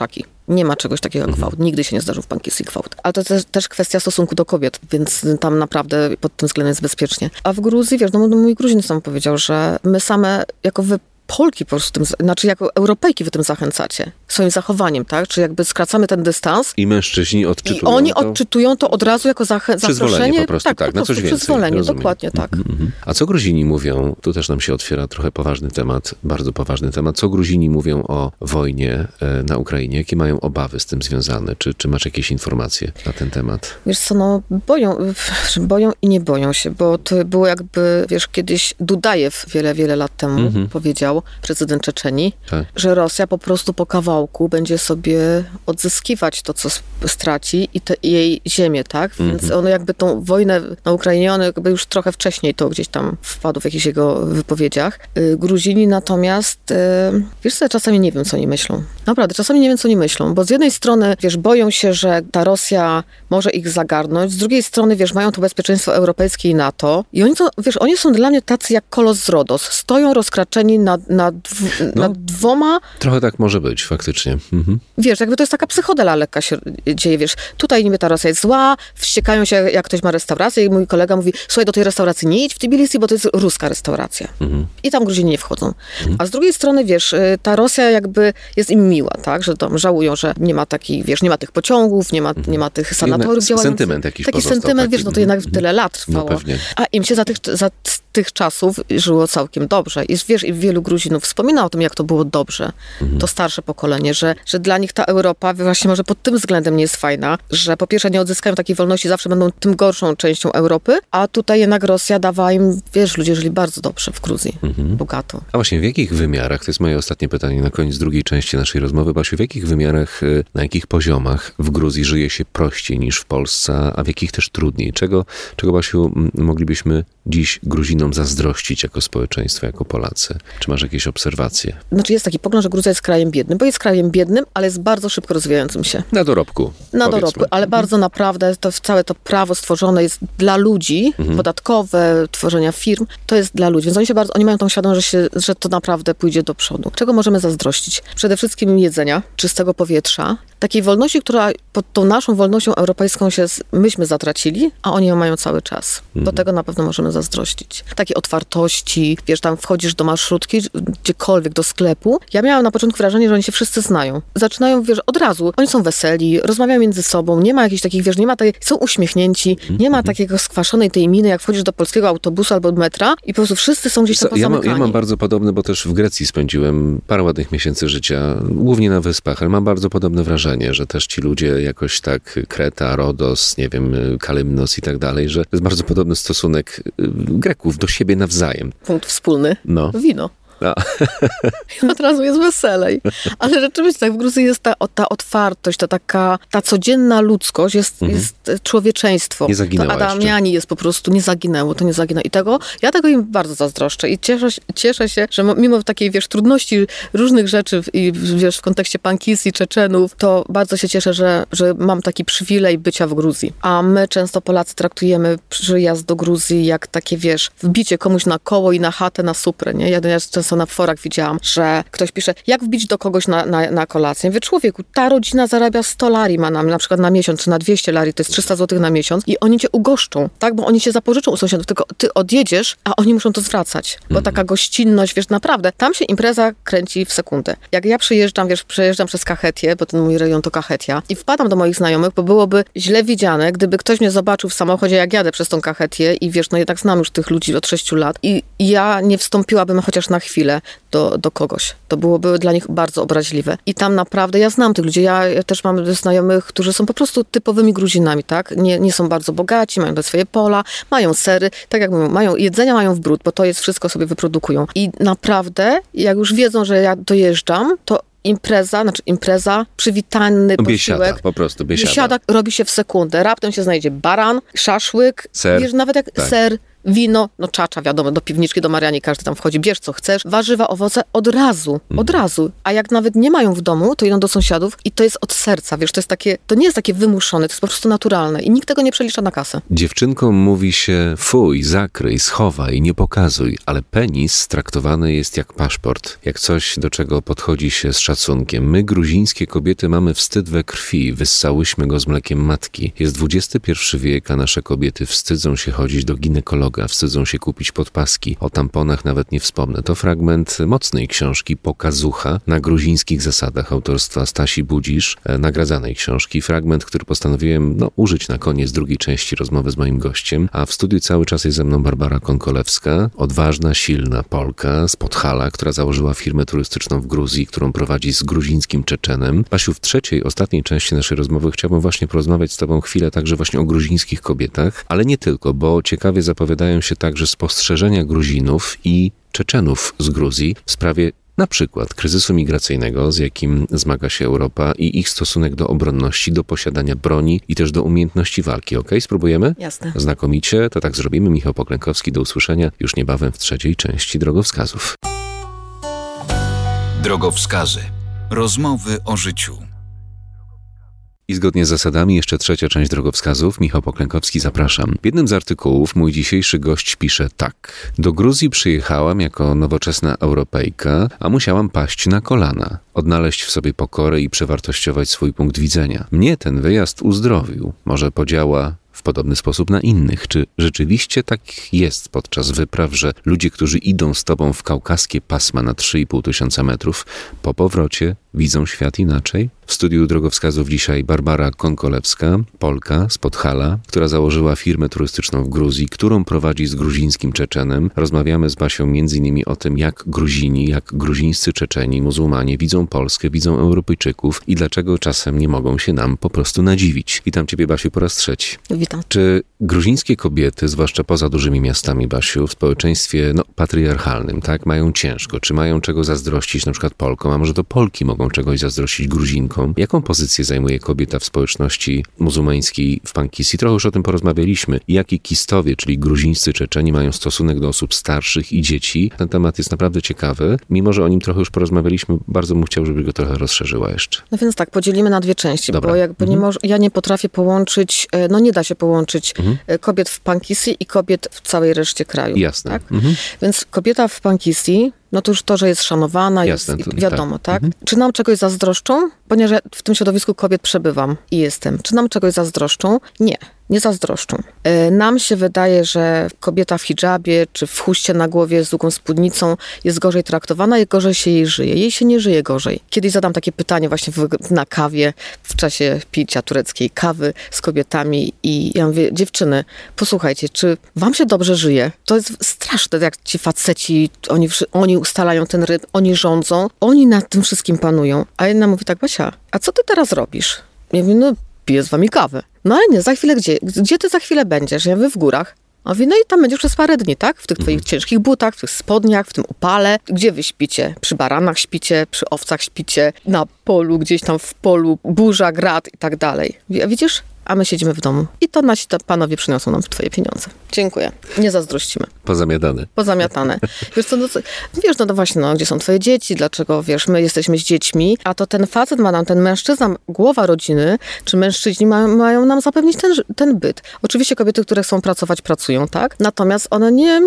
Nie ma czegoś takiego jak gwałt. Nigdy się nie zdarzył w Pankisi gwałt. Ale to też kwestia stosunku do kobiet, więc tam naprawdę pod tym względem jest bezpiecznie. A w Gruzji, wiesz, mój Gruzin sam powiedział, że my same jako Polki po prostu, jako Europejki wy tym zachęcacie. Swoim zachowaniem, tak? Czy jakby skracamy ten dystans. I mężczyźni odczytują I oni odczytują to od razu jako zaproszenie. Przyzwolenie po prostu, tak, na coś więcej. Przyzwolenie, dokładnie tak. A co Gruzini mówią, tu też nam się otwiera trochę poważny temat, bardzo poważny temat, co Gruzini mówią o wojnie na Ukrainie? Jakie mają obawy z tym związane? Czy masz jakieś informacje na ten temat? Wiesz co, boją i nie boją się, bo to było jakby, wiesz, kiedyś Dudajew wiele lat temu powiedział, prezydent Czeczenii, tak, że Rosja po prostu po kawałku będzie sobie odzyskiwać to, co straci i jej ziemię, tak? Więc on jakby tą wojnę na Ukrainie, on jakby już trochę wcześniej to gdzieś tam wpadł w jakichś jego wypowiedziach. Gruzini natomiast, wiesz co, ja czasami nie wiem, co oni myślą. Naprawdę, czasami nie wiem, co oni myślą, bo z jednej strony, wiesz, boją się, że ta Rosja może ich zagarnąć, z drugiej strony, wiesz, mają to bezpieczeństwo europejskie i NATO i oni to, wiesz, oni są dla mnie tacy jak kolos z Rodos. Stoją rozkraczeni nad dwoma... Trochę tak może być, faktycznie. Wiesz, jakby to jest taka psychodela lekka się dzieje, wiesz. Tutaj niby ta Rosja jest zła, wściekają się, jak ktoś ma restaurację i mój kolega mówi, słuchaj, do tej restauracji nie idź w Tbilisi, bo to jest ruska restauracja. I tam Gruzini nie wchodzą. A z drugiej strony, wiesz, ta Rosja jakby jest im miła, tak? Że tam żałują, że nie ma takich, wiesz, nie ma tych pociągów, nie ma tych sanatoriów działających. Sentyment jakiś taki sentyment, wiesz, no to jednak tyle lat trwało. No pewnie. A im się za tych czasów żyło całkiem dobrze. I wiesz, i wielu Gruzinów wspomina o tym, jak to było dobrze. To starsze pokolenie, że dla nich ta Europa właśnie może pod tym względem nie jest fajna, że po pierwsze nie odzyskają takiej wolności, zawsze będą tym gorszą częścią Europy, a tutaj jednak Rosja dawała im, wiesz, ludzie żyli bardzo dobrze w Gruzji, bogato. A właśnie w jakich wymiarach, to jest moje ostatnie pytanie na koniec drugiej części naszej rozmowy, Basiu, w jakich wymiarach, na jakich poziomach w Gruzji żyje się prościej niż w Polsce, a w jakich też trudniej? Czego Basiu, moglibyśmy dziś Gruzinom zazdrościć jako społeczeństwo, jako Polacy? Czy masz jakieś obserwacje? Znaczy jest taki pogląd, że Gruzja jest krajem biednym, bo jest krajem biednym, ale jest bardzo szybko rozwijającym się. Na dorobku. Ale bardzo naprawdę całe to prawo stworzone jest dla ludzi, podatkowe, tworzenia firm, to jest dla ludzi. Więc oni mają tą świadomość, że to naprawdę pójdzie do przodu. Czego możemy zazdrościć? Przede wszystkim jedzenia, czystego powietrza, takiej wolności, która pod tą naszą wolnością europejską myśmy zatracili, a oni ją mają cały czas. Do tego na pewno możemy zazdrościć. Takiej otwartości, wiesz, tam wchodzisz do marszrutki, gdziekolwiek, do sklepu. Ja miałam na początku wrażenie, że oni się wszyscy znają. Zaczynają, wiesz, od razu. Oni są weseli, rozmawiają między sobą, nie ma jakichś takich, wiesz, są uśmiechnięci, nie ma takiego skwaszonej tej miny, jak wchodzisz do polskiego autobusu albo metra i po prostu wszyscy są gdzieś tam pozamykani. Ja mam bardzo podobne, bo też w Grecji spędziłem parę ładnych miesięcy życia, głównie na wyspach, ale mam bardzo podobne wrażenie, że też ci ludzie jakoś tak, Kreta, Rodos, nie wiem, Kalymnos i tak dalej, że to jest bardzo podobny stosunek Greków do siebie nawzajem. Punkt wspólny. No. Wino. I od razu jest weselej. Ale rzeczywiście tak w Gruzji jest ta otwartość, ta codzienna ludzkość, jest człowieczeństwo. Nie zaginęła to Adamiani jest po prostu, nie zaginęło. I ja tego im bardzo zazdroszczę i cieszę się, że mimo takiej, wiesz, trudności różnych rzeczy i wiesz, w kontekście Pankisi, Czeczenów, to bardzo się cieszę, że mam taki przywilej bycia w Gruzji. A my często Polacy traktujemy przyjazd do Gruzji jak takie, wiesz, wbicie komuś na koło i na chatę, na suprę, nie? Ja często na forach widziałam, że ktoś pisze, jak wbić do kogoś na kolację. Mówię, człowieku, ta rodzina zarabia 100 lari ma na przykład na miesiąc, czy na 200 lari, to jest 300 zł na miesiąc i oni cię ugoszczą, tak? Bo oni się zapożyczą u sąsiadów, tylko ty odjedziesz, a oni muszą to zwracać. Bo taka gościnność, wiesz, naprawdę, tam się impreza kręci w sekundę. Jak ja przejeżdżam przez Kachetię, bo ten mój rejon to Kachetia i wpadam do moich znajomych, bo byłoby źle widziane, gdyby ktoś mnie zobaczył w samochodzie, jak jadę przez tą Kachetię i wiesz, no jednak znam już tych ludzi od 6 lat i ja nie wstąpiłabym chociaż na chwilę do kogoś. To byłoby dla nich bardzo obraźliwe. I tam naprawdę, ja znam tych ludzi, ja też mam znajomych, którzy są po prostu typowymi Gruzinami, tak? Nie są bardzo bogaci, mają swoje pola, mają sery, tak jak mówią, mają jedzenia, mają w bród, bo to jest wszystko sobie wyprodukują. I naprawdę, jak już wiedzą, że ja dojeżdżam, to impreza, przywitany posiłek. Po prostu biesiada robi się w sekundę. Raptem się znajdzie baran, szaszłyk, ser. Wiesz, nawet jak ser, Wino, no czacza, wiadomo, do piwniczki, do Mariani każdy tam wchodzi, bierz co chcesz. Warzywa, owoce od razu. A jak nawet nie mają w domu, to idą do sąsiadów i to jest od serca, wiesz, to nie jest takie wymuszone, to jest po prostu naturalne i nikt tego nie przelicza na kasę. Dziewczynkom mówi się fuj, zakryj, schowaj, nie pokazuj, ale penis traktowany jest jak paszport, jak coś, do czego podchodzi się z szacunkiem. My, gruzińskie kobiety, mamy wstyd we krwi, wyssałyśmy go z mlekiem matki. Jest XXI wiek, a nasze kobiety wstydzą się chodzić do ginekologa, wstydzą się kupić podpaski. O tamponach nawet nie wspomnę. To fragment mocnej książki Pokazucha na gruzińskich zasadach autorstwa Stasi Budzisz, nagradzanej książki. Fragment, który postanowiłem użyć na koniec drugiej części rozmowy z moim gościem, a w studiu cały czas jest ze mną Barbara Konkolewska, odważna, silna Polka z Podhala, która założyła firmę turystyczną w Gruzji, którą prowadzi z gruzińskim Czeczenem. Basiu, w trzeciej, ostatniej części naszej rozmowy chciałbym właśnie porozmawiać z tobą chwilę także właśnie o gruzińskich kobietach, ale nie tylko, bo ciekawie zapowiadają się także spostrzeżenia Gruzinów i Czeczenów z Gruzji w sprawie na przykład kryzysu migracyjnego, z jakim zmaga się Europa i ich stosunek do obronności, do posiadania broni i też do umiejętności walki. Okej? Spróbujemy? Jasne. Znakomicie, to tak zrobimy. Michał Poklękowski, do usłyszenia już niebawem w trzeciej części Drogowskazów. Drogowskazy. Rozmowy o życiu. I zgodnie z zasadami jeszcze trzecia część Drogowskazów. Michał Poklękowski, zapraszam. W jednym z artykułów mój dzisiejszy gość pisze tak. Do Gruzji przyjechałam jako nowoczesna Europejka, a musiałam paść na kolana, odnaleźć w sobie pokorę i przewartościować swój punkt widzenia. Mnie ten wyjazd uzdrowił. Może podziała w podobny sposób na innych. Czy rzeczywiście tak jest podczas wypraw, że ludzie, którzy idą z tobą w kaukaskie pasma na 3500 metrów, po powrocie widzą świat inaczej? W studiu Drogowskazów dzisiaj Barbara Konkolewska, Polka z Podhala, która założyła firmę turystyczną w Gruzji, którą prowadzi z gruzińskim Czeczenem. Rozmawiamy z Basią m.in. o tym, jak Gruzini, jak gruzińscy Czeczeni, muzułmanie widzą Polskę, widzą Europejczyków i dlaczego czasem nie mogą się nam po prostu nadziwić. Witam ciebie, Basiu, po raz trzeci. Witam. Czy gruzińskie kobiety, zwłaszcza poza dużymi miastami, Basiu, w społeczeństwie patriarchalnym, tak, mają ciężko? Czy mają czego zazdrościć na przykład Polkom, a może to Polki mogą czegoś zazdrościć Gruzinkom? Jaką pozycję zajmuje kobieta w społeczności muzułmańskiej w Pankisi? Trochę już o tym porozmawialiśmy. Jakie kistowie, czyli gruzińscy Czeczeni, mają stosunek do osób starszych i dzieci? Ten temat jest naprawdę ciekawy. Mimo że o nim trochę już porozmawialiśmy, bardzo bym chciał, żeby go trochę rozszerzyła jeszcze. No więc tak, podzielimy na dwie części, Dobra. bo jakby ja nie potrafię połączyć, nie da się połączyć kobiet w Pankisi i kobiet w całej reszcie kraju. Jasne. Tak? Więc kobieta w Pankisi, no to już to, że jest szanowana, jasne, jest wiadomo, tak? Czy nam czegoś zazdroszczą? Ponieważ ja w tym środowisku kobiet przebywam i jestem. Czy nam czegoś zazdroszczą? Nie zazdroszczą. Nam się wydaje, że kobieta w hidżabie, czy w chuście na głowie z długą spódnicą jest gorzej traktowana i gorzej się jej żyje. Jej się nie żyje gorzej. Kiedyś zadam takie pytanie właśnie na kawie, w czasie picia tureckiej kawy z kobietami i ja mówię, dziewczyny, posłuchajcie, czy wam się dobrze żyje? To jest straszne, jak ci faceci, oni ustalają ten rytm, oni rządzą, oni nad tym wszystkim panują. A jedna mówi tak, Basia, a co ty teraz robisz? Ja mówię, piję z wami kawę. No ale nie, za chwilę gdzie? Gdzie ty za chwilę będziesz? Ja mówię, w górach. A mówię, no i tam będziesz przez parę dni, tak? W tych twoich ciężkich butach, w tych spodniach, w tym upale. Gdzie wy śpicie? Przy baranach śpicie, przy owcach śpicie, na polu, gdzieś tam w polu, burza, grad i tak dalej. A widzisz? A my siedzimy w domu. I to nasi panowie przyniosą nam twoje pieniądze. Dziękuję. Nie zazdrościmy. Pozamiatane. Wiesz, właśnie, gdzie są twoje dzieci, dlaczego, my jesteśmy z dziećmi, a to ten facet ma nam, ten mężczyzna, głowa rodziny, czy mężczyźni mają nam zapewnić ten byt. Oczywiście kobiety, które chcą pracować, pracują, tak? Natomiast one nie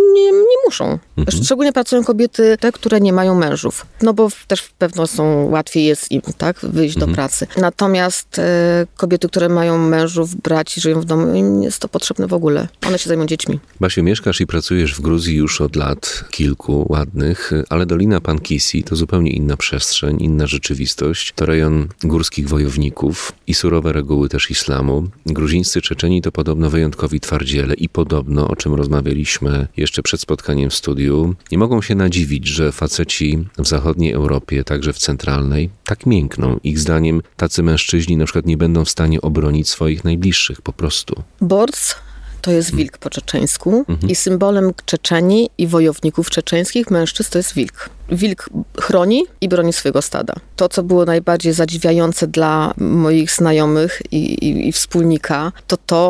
muszą. Szczególnie pracują kobiety, te, które nie mają mężów. No bo też pewno łatwiej jest im, tak? Wyjść do pracy. Natomiast kobiety, które mają mężów, braci, żyją w domu, im jest to potrzebne w ogóle. One się zajmują dziećmi. Basiu, mieszkasz i pracujesz w Gruzji już od lat kilku ładnych, ale Dolina Pankisi to zupełnie inna przestrzeń, inna rzeczywistość. To rejon górskich wojowników i surowe reguły też islamu. Gruzińscy Czeczeni to podobno wyjątkowi twardziele i podobno, o czym rozmawialiśmy jeszcze przed spotkaniem w studiu, nie mogą się nadziwić, że faceci w zachodniej Europie, także w centralnej, tak miękną. Ich zdaniem tacy mężczyźni na przykład nie będą w stanie obronić swoich najbliższych po prostu. Borc to jest wilk po czeczeńsku i symbolem Czeczenii i wojowników czeczeńskich mężczyzn to jest wilk. Wilk chroni i broni swojego stada. To, co było najbardziej zadziwiające dla moich znajomych i wspólnika, to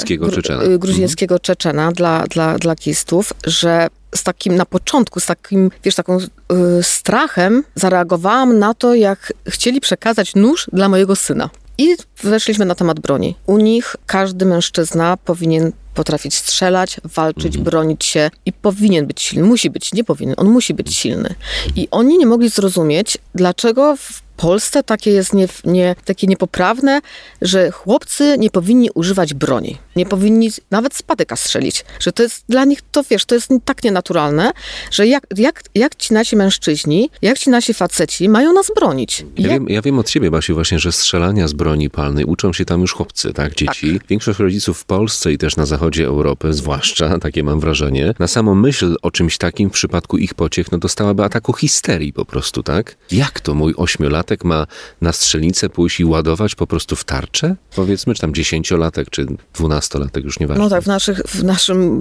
gruzińskiego Czeczena dla kistów, że z takim na początku, taką strachem zareagowałam na to, jak chcieli przekazać nóż dla mojego syna. I weszliśmy na temat broni. U nich każdy mężczyzna powinien potrafić strzelać, walczyć, bronić się i powinien być silny. Musi być, nie powinien, on musi być silny. I oni nie mogli zrozumieć, dlaczego w Polsce takie jest takie niepoprawne, że chłopcy nie powinni używać broni. Nie powinni nawet z patyka strzelić. Że to jest dla nich, to jest tak nienaturalne, że jak ci nasi mężczyźni, jak ci nasi faceci mają nas bronić. Ja wiem od ciebie, Basiu, właśnie, że strzelania z broni palnej uczą się tam już chłopcy, tak? Dzieci. Tak. Większość rodziców w Polsce i też na zachodzie Europy, zwłaszcza, takie mam wrażenie, na samą myśl o czymś takim w przypadku ich pociech, dostałaby ataku histerii po prostu, tak? Jak to mój 8-latek ma na strzelnicę pójść i ładować po prostu w tarczę? Powiedzmy, czy tam 10-latek, czy 12-latek, już nieważne. No tak, w naszym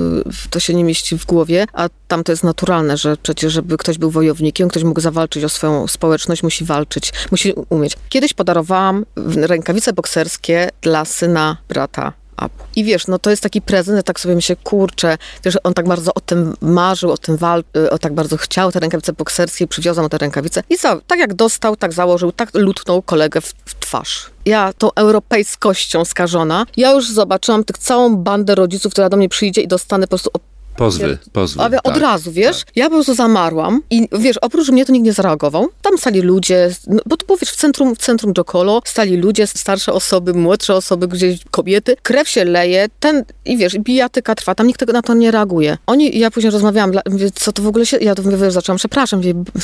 to się nie mieści w głowie, a tam to jest naturalne, że przecież, żeby ktoś był wojownikiem, ktoś mógł zawalczyć o swoją społeczność, musi walczyć, musi umieć. Kiedyś podarowałam rękawice bokserskie dla syna brata Abu. I wiesz, to jest taki prezent, ja tak sobie myślę, kurczę, wiesz, on tak bardzo o tym marzył, o tym tak bardzo chciał te rękawice bokserskie, przywiozłam te rękawice i tak jak dostał, tak założył, tak lutnął kolegę w twarz. Ja tą europejskością skażona, ja już zobaczyłam całą bandę rodziców, która do mnie przyjdzie i dostanę po prostu Pozwy. Od razu, wiesz? Tak. Ja po prostu zamarłam i wiesz, oprócz mnie to nikt nie zareagował. Tam stali ludzie, bo to było, wiesz, w centrum Jokolo stali ludzie, starsze osoby, młodsze osoby, gdzieś kobiety. Krew się leje, i wiesz, bijatyka trwa, tam nikt na to nie reaguje. Ja później rozmawiałam, mówię, co to w ogóle się... Ja to mówię, zaczęłam, przepraszam,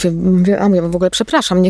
ja w ogóle przepraszam,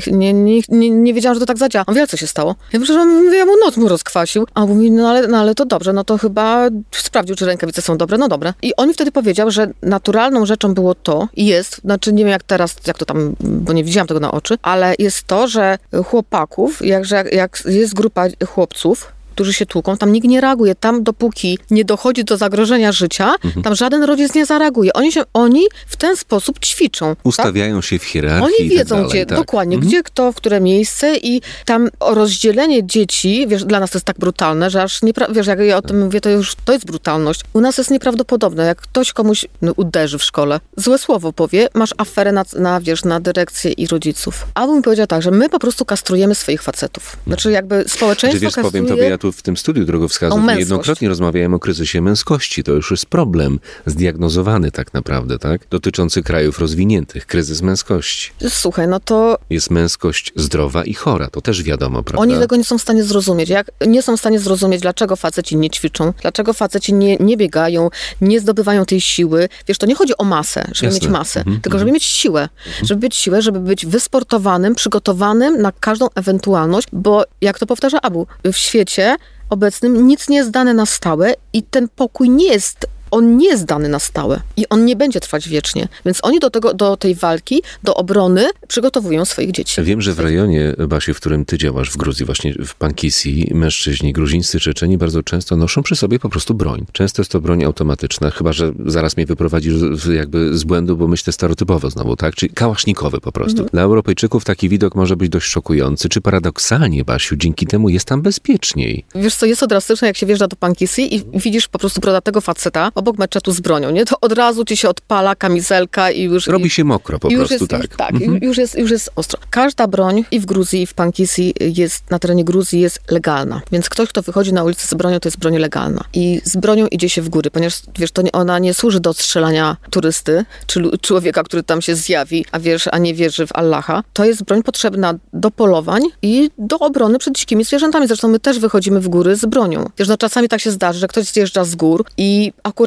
nie wiedziałam, że to tak zadziała. On wie, co się stało. Ja mu noc rozkwasił. A on mówi, ale to dobrze, to chyba sprawdził, czy rękawice są dobre, dobre. I oni wtedy powiedział, że naturalną rzeczą było to i jest, nie wiem jak teraz, jak to tam, bo nie widziałam tego na oczy, ale jest to, że chłopaków, jak jest grupa chłopców, którzy się tłuką, tam nikt nie reaguje. Tam dopóki nie dochodzi do zagrożenia życia, tam żaden rodzic nie zareaguje. Oni w ten sposób ćwiczą. Ustawiają się w hierarchii. Oni wiedzą, gdzie, dokładnie, gdzie kto, w które miejsce i tam rozdzielenie dzieci, wiesz, dla nas to jest tak brutalne, że aż wiesz, jak ja o tym mówię, to jest brutalność. U nas jest nieprawdopodobne. Jak ktoś komuś uderzy w szkole, złe słowo powie, masz aferę na dyrekcję i rodziców. A bym powiedział tak, że my po prostu kastrujemy swoich facetów. Znaczy jakby społeczeństwo kastruje... Powiem tobie, ja tu w tym studiu drogowskazów niejednokrotnie rozmawiałem o kryzysie męskości. To już jest problem zdiagnozowany tak naprawdę, tak? Dotyczący krajów rozwiniętych. Kryzys męskości. Słuchaj, to... Jest męskość zdrowa i chora. To też wiadomo, prawda? Oni tego nie są w stanie zrozumieć. Nie są w stanie zrozumieć, dlaczego faceci nie ćwiczą, dlaczego faceci nie biegają, nie zdobywają tej siły. Wiesz, to nie chodzi o masę, żeby mieć masę, tylko żeby mieć siłę. Żeby mieć siłę, żeby być wysportowanym, przygotowanym na każdą ewentualność, bo jak to powtarza Abu, w świecie obecnym nic nie jest dane na stałe i ten pokój nie jest dany na stałe i on nie będzie trwać wiecznie. Więc oni do tej walki, do obrony przygotowują swoich dzieci. Wiem, że w rejonie, Basiu, w którym ty działasz w Gruzji, właśnie w Pankisi, mężczyźni gruzińscy, Czeczeni bardzo często noszą przy sobie po prostu broń. Często jest to broń automatyczna, chyba że zaraz mnie wyprowadzisz jakby z błędu, bo myślę stereotypowo znowu, tak? Czyli kałasznikowy po prostu. Dla Europejczyków taki widok może być dość szokujący. Czy paradoksalnie, Basiu, dzięki temu jest tam bezpieczniej? Wiesz co, jest to drastyczne, jak się wjeżdża do Pankisi i widzisz po prostu brodatego faceta obok meczetu z bronią, nie? To od razu ci się odpala kamizelka i już... Robi się mokro po prostu, tak. Już jest ostro. Każda broń i w Gruzji, i w Pankisi na terenie Gruzji jest legalna. Więc ktoś, kto wychodzi na ulicę z bronią, to jest broń legalna. I z bronią idzie się w góry, ponieważ, wiesz, ona nie służy do strzelania turysty, czy człowieka, który tam się zjawi, a nie wierzy w Allaha. To jest broń potrzebna do polowań i do obrony przed dzikimi zwierzętami. Zresztą my też wychodzimy w góry z bronią. Wiesz, czasami tak się zdarzy, że ktoś zjeżdża z gór i akurat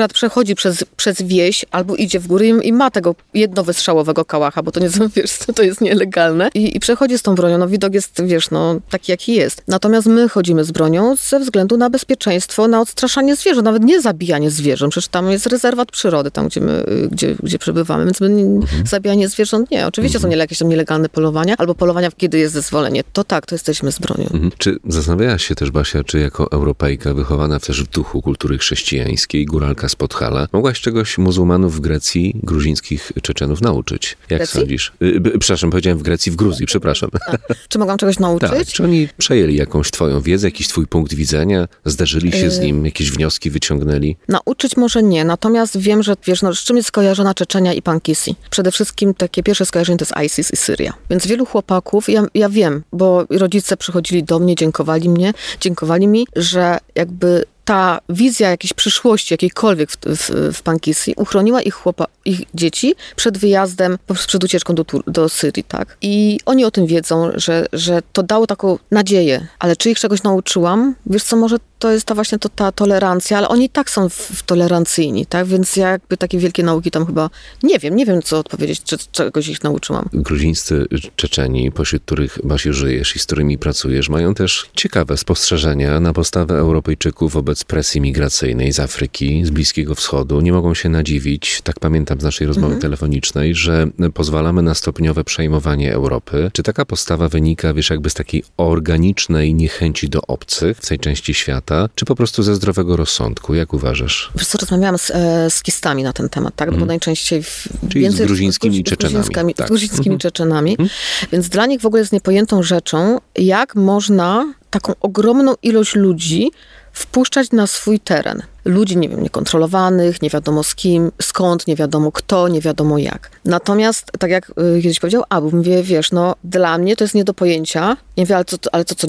akurat przechodzi przez wieś albo idzie w góry i ma tego jednowystrzałowego kałacha, bo to nie wiesz, to jest nielegalne i przechodzi z tą bronią. No widok jest, wiesz, no taki jaki jest. Natomiast my chodzimy z bronią ze względu na bezpieczeństwo, na odstraszanie zwierząt, nawet nie zabijanie zwierząt. Przecież tam jest rezerwat przyrody, tam gdzie przebywamy, więc zabijanie zwierząt nie. Oczywiście są jakieś tam nielegalne polowania, albo polowania, kiedy jest zezwolenie. To tak, to jesteśmy z bronią. Czy zastanawiałaś się też, Basia, czy jako Europejka, wychowana też w duchu kultury chrześcijańskiej, góralka z Podhala, mogłaś czegoś muzułmanów w Grecji, gruzińskich Czeczenów nauczyć? Jak sądzisz? Przepraszam, powiedziałem w Grecji, w Gruzji, przepraszam. Czy mogłam czegoś nauczyć? Tak, czy oni przejęli jakąś twoją wiedzę, jakiś twój punkt widzenia, zderzyli się z nim, jakieś wnioski wyciągnęli? Nauczyć może nie, natomiast wiem, że wiesz, no, z czym jest skojarzona Czeczenia i Pankisi. Przede wszystkim takie pierwsze skojarzenie to jest ISIS i Syria. Więc wielu chłopaków, ja wiem, bo rodzice przychodzili do mnie, dziękowali mi, że jakby ta wizja jakiejś przyszłości, jakiejkolwiek w Pankisi uchroniła ich dzieci przed wyjazdem, przed ucieczką do Syrii, tak? I oni o tym wiedzą, że to dało taką nadzieję. Ale czy ich czegoś nauczyłam? Wiesz co, może to jest ta tolerancja, ale oni i tak są tolerancyjni, tak? Więc ja jakby takie wielkie nauki tam chyba nie wiem co odpowiedzieć, czy czegoś ich nauczyłam. Gruzińscy Czeczeni, pośród których, Basiu, żyjesz i z którymi pracujesz, mają też ciekawe spostrzeżenia na postawę Europejczyków wobec presji migracyjnej z Afryki, z Bliskiego Wschodu. Nie mogą się nadziwić, tak pamiętam z naszej rozmowy telefonicznej, że pozwalamy na stopniowe przejmowanie Europy. Czy taka postawa wynika, wiesz, jakby z takiej organicznej niechęci do obcych w tej części świata, czy po prostu ze zdrowego rozsądku? Jak uważasz? Wiesz co, rozmawiałam z kistami na ten temat, tak? Bo najczęściej Czyli z gruzińskimi Czeczenami. Z gruzińskimi Czeczenami. Więc dla nich w ogóle jest niepojętą rzeczą, jak można taką ogromną ilość ludzi wpuszczać na swój teren. Ludzi, nie wiem, niekontrolowanych, nie wiadomo z kim, skąd, nie wiadomo kto, nie wiadomo jak. Natomiast, tak jak kiedyś powiedział Abu, mówię, wiesz, no dla mnie to jest nie do pojęcia. Nie wiem, ale co,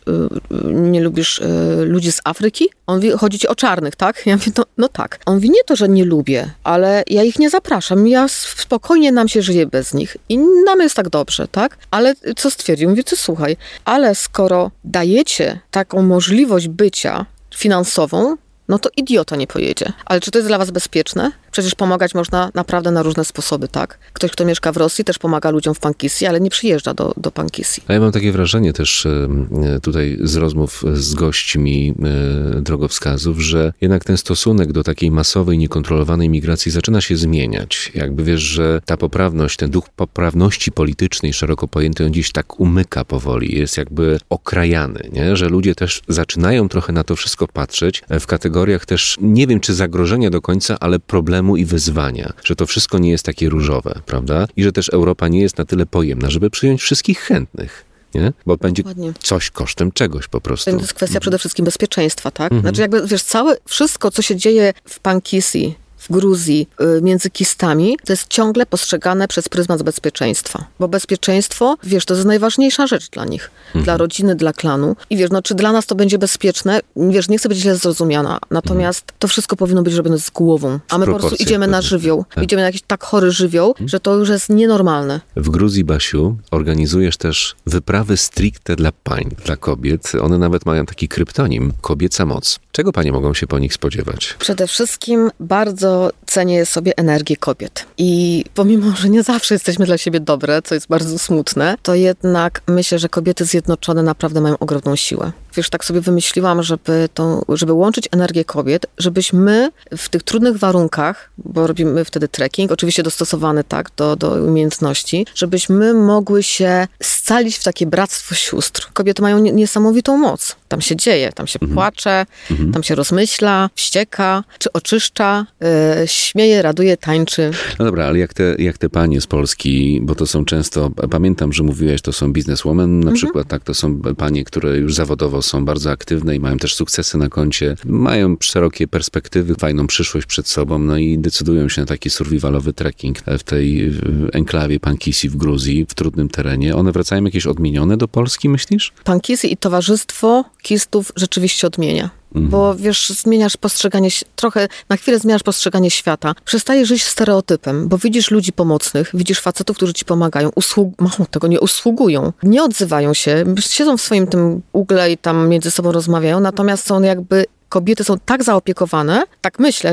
nie lubisz ludzi z Afryki? On mówi, chodzi ci o czarnych, tak? Ja mówię, no tak. On mówi, nie to, że nie lubię, ale ja ich nie zapraszam. Ja spokojnie nam się żyje bez nich. I nam jest tak dobrze, tak? Ale co stwierdził? Mówię, ty słuchaj, ale skoro dajecie taką możliwość bycia finansową, no to idiota nie pojedzie. Ale czy to jest dla was bezpieczne? Przecież pomagać można naprawdę na różne sposoby, tak? Ktoś, kto mieszka w Rosji, też pomaga ludziom w Pankisi, ale nie przyjeżdża do Pankisi. A ja mam takie wrażenie też tutaj z rozmów z gośćmi drogowskazów, że jednak ten stosunek do takiej masowej, niekontrolowanej migracji zaczyna się zmieniać. Jakby wiesz, że ta poprawność, ten duch poprawności politycznej, szeroko pojęty, on dziś tak umyka powoli, jest jakby okrajany, nie? Że ludzie też zaczynają trochę na to wszystko patrzeć w kategoriach też, nie wiem czy zagrożenia do końca, ale problemu i wyzwania, że to wszystko nie jest takie różowe, prawda? I że też Europa nie jest na tyle pojemna, żeby przyjąć wszystkich chętnych. Nie? Bo będzie coś kosztem czegoś po prostu. To jest kwestia przede wszystkim bezpieczeństwa, tak? Znaczy jakby, wiesz, wszystko, co się dzieje w Pankisi, w Gruzji, między kistami, to jest ciągle postrzegane przez pryzmat bezpieczeństwa. Bo bezpieczeństwo, wiesz, to jest najważniejsza rzecz dla nich. Dla rodziny, dla klanu. I wiesz, no czy dla nas to będzie bezpieczne? Wiesz, nie chcę być źle zrozumiana. Natomiast to wszystko powinno być robione z głową. A my po prostu idziemy na żywioł. Tak. Idziemy na jakiś tak chory żywioł, że to już jest nienormalne. W Gruzji, Basiu, organizujesz też wyprawy stricte dla pań, dla kobiet. One nawet mają taki kryptonim, kobieca moc. Czego panie mogą się po nich spodziewać? Przede wszystkim bardzo cenię sobie energię kobiet. I pomimo, że nie zawsze jesteśmy dla siebie dobre, co jest bardzo smutne, to jednak myślę, że kobiety zjednoczone naprawdę mają ogromną siłę. Wiesz, tak sobie wymyśliłam, żeby łączyć energię kobiet, żebyśmy w tych trudnych warunkach, bo robimy wtedy trekking, oczywiście dostosowany tak do umiejętności, żebyśmy mogły się scalić w takie bractwo sióstr. Kobiety mają niesamowitą moc. Tam się dzieje, tam się płacze, tam się rozmyśla, wścieka, czy oczyszcza, śmieje, raduje, tańczy. No dobra, ale jak te panie z Polski, bo to są często, pamiętam, że mówiłeś, to są bizneswomen na przykład, tak, to są panie, które już zawodowo są bardzo aktywne i mają też sukcesy na koncie, mają szerokie perspektywy, fajną przyszłość przed sobą, no i decydują się na taki survivalowy trekking w tej enklawie Pankisi w Gruzji, w trudnym terenie. One wracają jakieś odmienione do Polski, myślisz? Pankisi i towarzystwo kistów rzeczywiście odmienia. Bo wiesz, na chwilę zmieniasz postrzeganie świata. Przestajesz żyć stereotypem, bo widzisz ludzi pomocnych, widzisz facetów, którzy ci pomagają, mało tego, nie usługują, nie odzywają się, siedzą w swoim tym ugle i tam między sobą rozmawiają, natomiast kobiety są tak zaopiekowane, tak myślę, że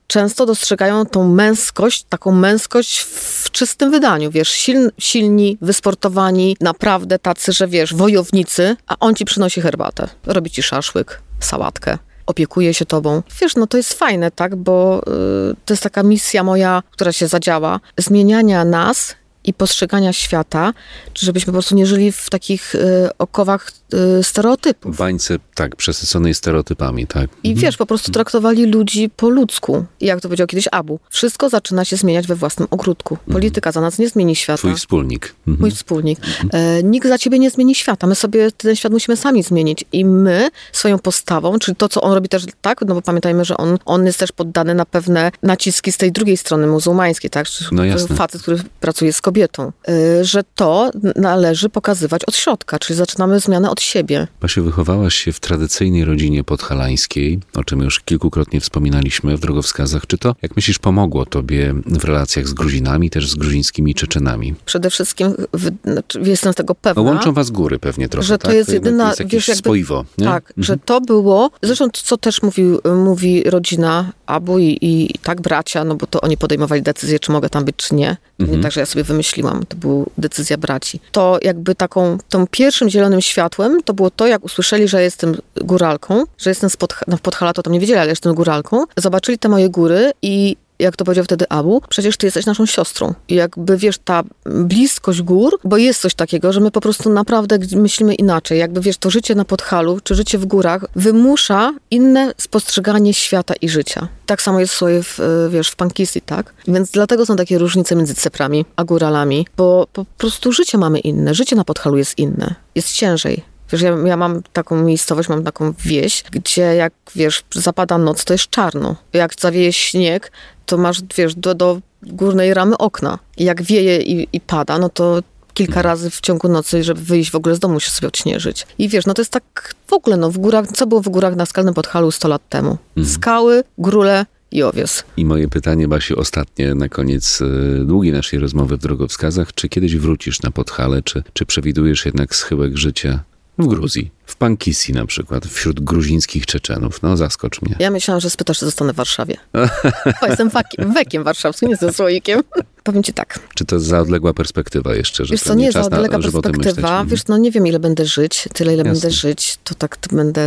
często dostrzegają tą męskość, taką męskość w czystym wydaniu, wiesz, silni, wysportowani, naprawdę tacy, że wiesz, wojownicy, a on ci przynosi herbatę, robi ci szaszłyk, sałatkę, opiekuje się tobą. Wiesz, no to jest fajne, tak, bo to jest taka misja moja, która się zadziała, zmieniania nas i postrzegania świata, żebyśmy po prostu nie żyli w takich okowach stereotypów. Bańce, tak, przesyconej stereotypami, tak. I wiesz, po prostu traktowali ludzi po ludzku. I jak to powiedział kiedyś Abu, wszystko zaczyna się zmieniać we własnym ogródku. Polityka za nas nie zmieni świata. Twój wspólnik. Mój wspólnik. Nikt za ciebie nie zmieni świata. My sobie ten świat musimy sami zmienić. I my swoją postawą, czyli to, co on robi też tak, no bo pamiętajmy, że on jest też poddany na pewne naciski z tej drugiej strony muzułmańskiej, tak? No jasne. Facet, który pracuje z kobietą. Że to należy pokazywać od środka, czyli zaczynamy zmianę od siebie. Basiu, wychowałaś się w tradycyjnej rodzinie podhalańskiej, o czym już kilkukrotnie wspominaliśmy w drogowskazach. Czy to, jak myślisz, pomogło tobie w relacjach z Gruzinami, też z gruzińskimi Czeczenami? Przede wszystkim jestem z tego pewna. No, łączą was góry pewnie trochę, że to tak? jest jedyna, jest wiesz, jakby, spoiwo, nie? Tak, że to było, zresztą co też mówi rodzina Abu i tak bracia, no bo to oni podejmowali decyzję, czy mogę tam być, czy nie. Nie tak, że ja sobie wymyśliłam, to była decyzja braci. To jakby tą pierwszym zielonym światłem to było to, jak usłyszeli, że jestem góralką, że jestem z Podhala, to tam nie wiedzieli, ale jestem góralką. Zobaczyli te moje góry i jak to powiedział wtedy Abu, przecież ty jesteś naszą siostrą. I jakby, wiesz, ta bliskość gór, bo jest coś takiego, że my po prostu naprawdę myślimy inaczej. Jakby, wiesz, to życie na Podhalu, czy życie w górach wymusza inne spostrzeganie świata i życia. Tak samo jest sobie w Pankisi, tak? Więc dlatego są takie różnice między Ceprami a góralami, bo po prostu życie mamy inne. Życie na Podhalu jest inne. Jest ciężej. Wiesz, ja mam taką miejscowość, mam taką wieś, gdzie jak, wiesz, zapada noc, to jest czarno. Jak zawieje śnieg, to masz, wiesz, do górnej ramy okna. I jak wieje i pada, no to kilka razy w ciągu nocy, żeby wyjść w ogóle z domu, musisz sobie odśnieżyć. I wiesz, no to jest tak w ogóle, no w górach, co było w górach na Skalnym Podhalu 100 lat temu? Skały, grule i owies. I moje pytanie, Basiu, ostatnie na koniec długiej naszej rozmowy w drogowskazach. Czy kiedyś wrócisz na Podhale, czy przewidujesz jednak schyłek życia w Gruzji? W Pankisi na przykład, wśród gruzińskich Czeczenów. No, zaskocz mnie. Ja myślałam, że spytasz, czy zostanę w Warszawie. Bo jestem wekiem warszawskim, nie jestem słoikiem. Powiem ci tak. Czy to za odległa perspektywa jeszcze? Że wiesz co, nie jest za odległa perspektywa. Wiesz, no nie wiem, ile będę żyć. Tyle, ile będę żyć, to tak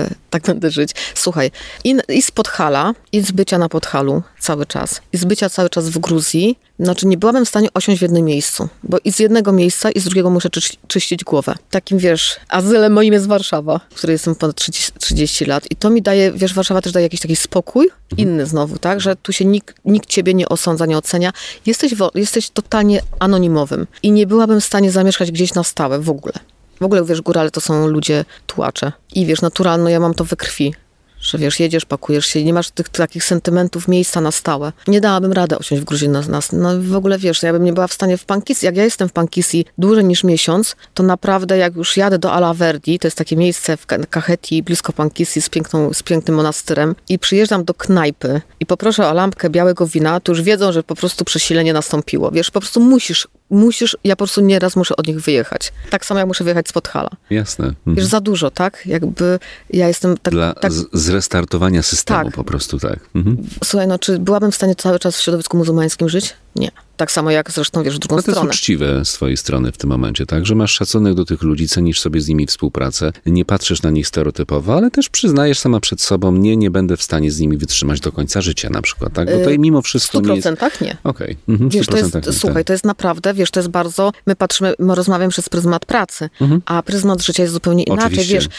będę żyć. Słuchaj, i z Podhala, i z bycia na Podhalu cały czas, i z bycia cały czas w Gruzji, znaczy nie byłabym w stanie osiąść w jednym miejscu. Bo i z jednego miejsca, i z drugiego muszę czyścić głowę. Takim, wiesz, azylem moim jest Warszawa, w której jestem ponad 30 lat. I to mi daje, wiesz, Warszawa też daje jakiś taki spokój, inny znowu, tak? Że tu się nikt ciebie nie osądza, nie ocenia. Jesteś totalnie anonimowym. I nie byłabym w stanie zamieszkać gdzieś na stałe w ogóle. W ogóle, wiesz, górale to są ludzie tułacze. I wiesz, naturalno ja mam to we krwi. Że wiesz, jedziesz, pakujesz się, nie masz tych takich sentymentów, miejsca na stałe. Nie dałabym rady osiąść w Gruzji no w ogóle, wiesz, ja bym nie była w stanie w Pankisi. Jak ja jestem w Pankisi dłużej niż miesiąc, to naprawdę jak już jadę do Alaverdi, to jest takie miejsce w Kaheti, blisko Pankisi, z pięknym monastyrem, i przyjeżdżam do knajpy i poproszę o lampkę białego wina, to już wiedzą, że po prostu przesilenie nastąpiło. Wiesz, po prostu musisz, ja po prostu nieraz muszę od nich wyjechać. Tak samo jak muszę wyjechać z Podhala. Jasne. Wiesz, za dużo, tak? Jakby ja jestem tak... Dla zrestartowania systemu po prostu, tak. Słuchaj, no czy byłabym w stanie cały czas w środowisku muzułmańskim żyć? Nie. Tak samo jak zresztą, wiesz, w drugą stronę. To jest uczciwe z twojej strony w tym momencie, tak? Że masz szacunek do tych ludzi, cenisz sobie z nimi współpracę, nie patrzysz na nich stereotypowo, ale też przyznajesz sama przed sobą, nie będę w stanie z nimi wytrzymać do końca życia na przykład, tak? Bo to mimo wszystko w 100% nie jest... nie. Okej. Wiesz, to jest, słuchaj, to jest naprawdę, wiesz, to jest bardzo, my rozmawiamy przez pryzmat pracy, a pryzmat życia jest zupełnie inaczej. Oczywiście. Wiesz,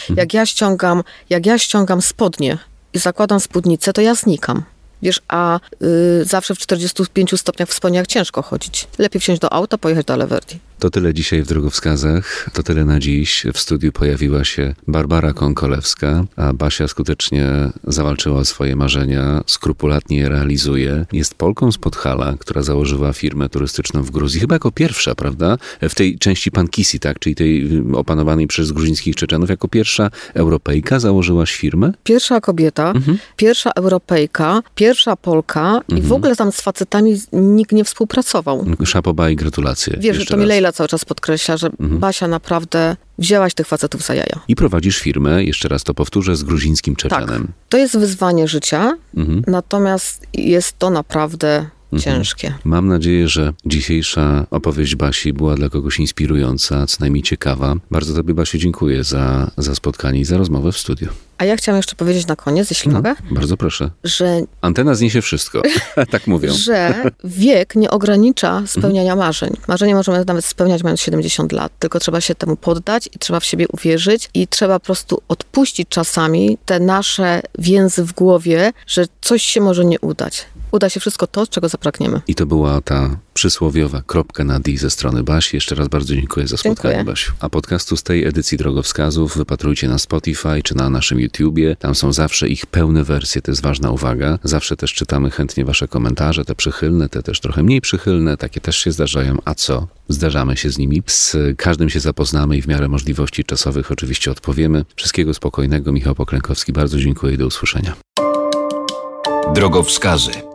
jak ja ściągam spodnie i zakładam spódnicę, to ja znikam. Wiesz, a zawsze w 45 stopniach w spodniach ciężko chodzić. Lepiej wsiąść do auta, pojechać do Alaverdi. To tyle dzisiaj w drogowskazach, to tyle na dziś. W studiu pojawiła się Barbara Konkolewska, a Basia skutecznie zawalczyła o swoje marzenia, skrupulatnie je realizuje. Jest Polką z Podhala, która założyła firmę turystyczną w Gruzji, chyba jako pierwsza, prawda? W tej części Pankisi, tak? Czyli tej opanowanej przez gruzińskich Czeczenów, jako pierwsza Europejka założyłaś firmę? Pierwsza kobieta, pierwsza Europejka, pierwsza Polka i w ogóle tam z facetami nikt nie współpracował. Szapoba i gratulacje. Wiesz, to mi Lejla Iga cały czas podkreśla, że Basia naprawdę wzięłaś tych facetów za jaja. I prowadzisz firmę, jeszcze raz to powtórzę, z gruzińskim Czeczenem. Tak, to jest wyzwanie życia, natomiast jest to naprawdę ciężkie. Mam nadzieję, że dzisiejsza opowieść Basi była dla kogoś inspirująca, co najmniej ciekawa. Bardzo tobie, Basiu, dziękuję za spotkanie i za rozmowę w studiu. A ja chciałam jeszcze powiedzieć na koniec, jeśli mogę, Bardzo proszę. że Antena zniesie wszystko, tak mówią. Że wiek nie ogranicza spełniania marzeń. Marzenie możemy nawet spełniać mając 70 lat, tylko trzeba się temu poddać i trzeba w siebie uwierzyć i trzeba po prostu odpuścić czasami te nasze więzy w głowie, że coś się może nie udać. Uda się wszystko to, czego zapragniemy. I to była ta przysłowiowa kropka na D ze strony Basi. Jeszcze raz bardzo dziękuję za spotkanie, Basiu. A podcastu z tej edycji Drogowskazów wypatrujcie na Spotify czy na naszym YouTubie. Tam są zawsze ich pełne wersje, to jest ważna uwaga. Zawsze też czytamy chętnie wasze komentarze, te przychylne, te też trochę mniej przychylne, takie też się zdarzają. A co? Zdarzamy się z nimi. Z każdym się zapoznamy i w miarę możliwości czasowych oczywiście odpowiemy. Wszystkiego spokojnego. Michał Poklękowski, bardzo dziękuję i do usłyszenia. Drogowskazy.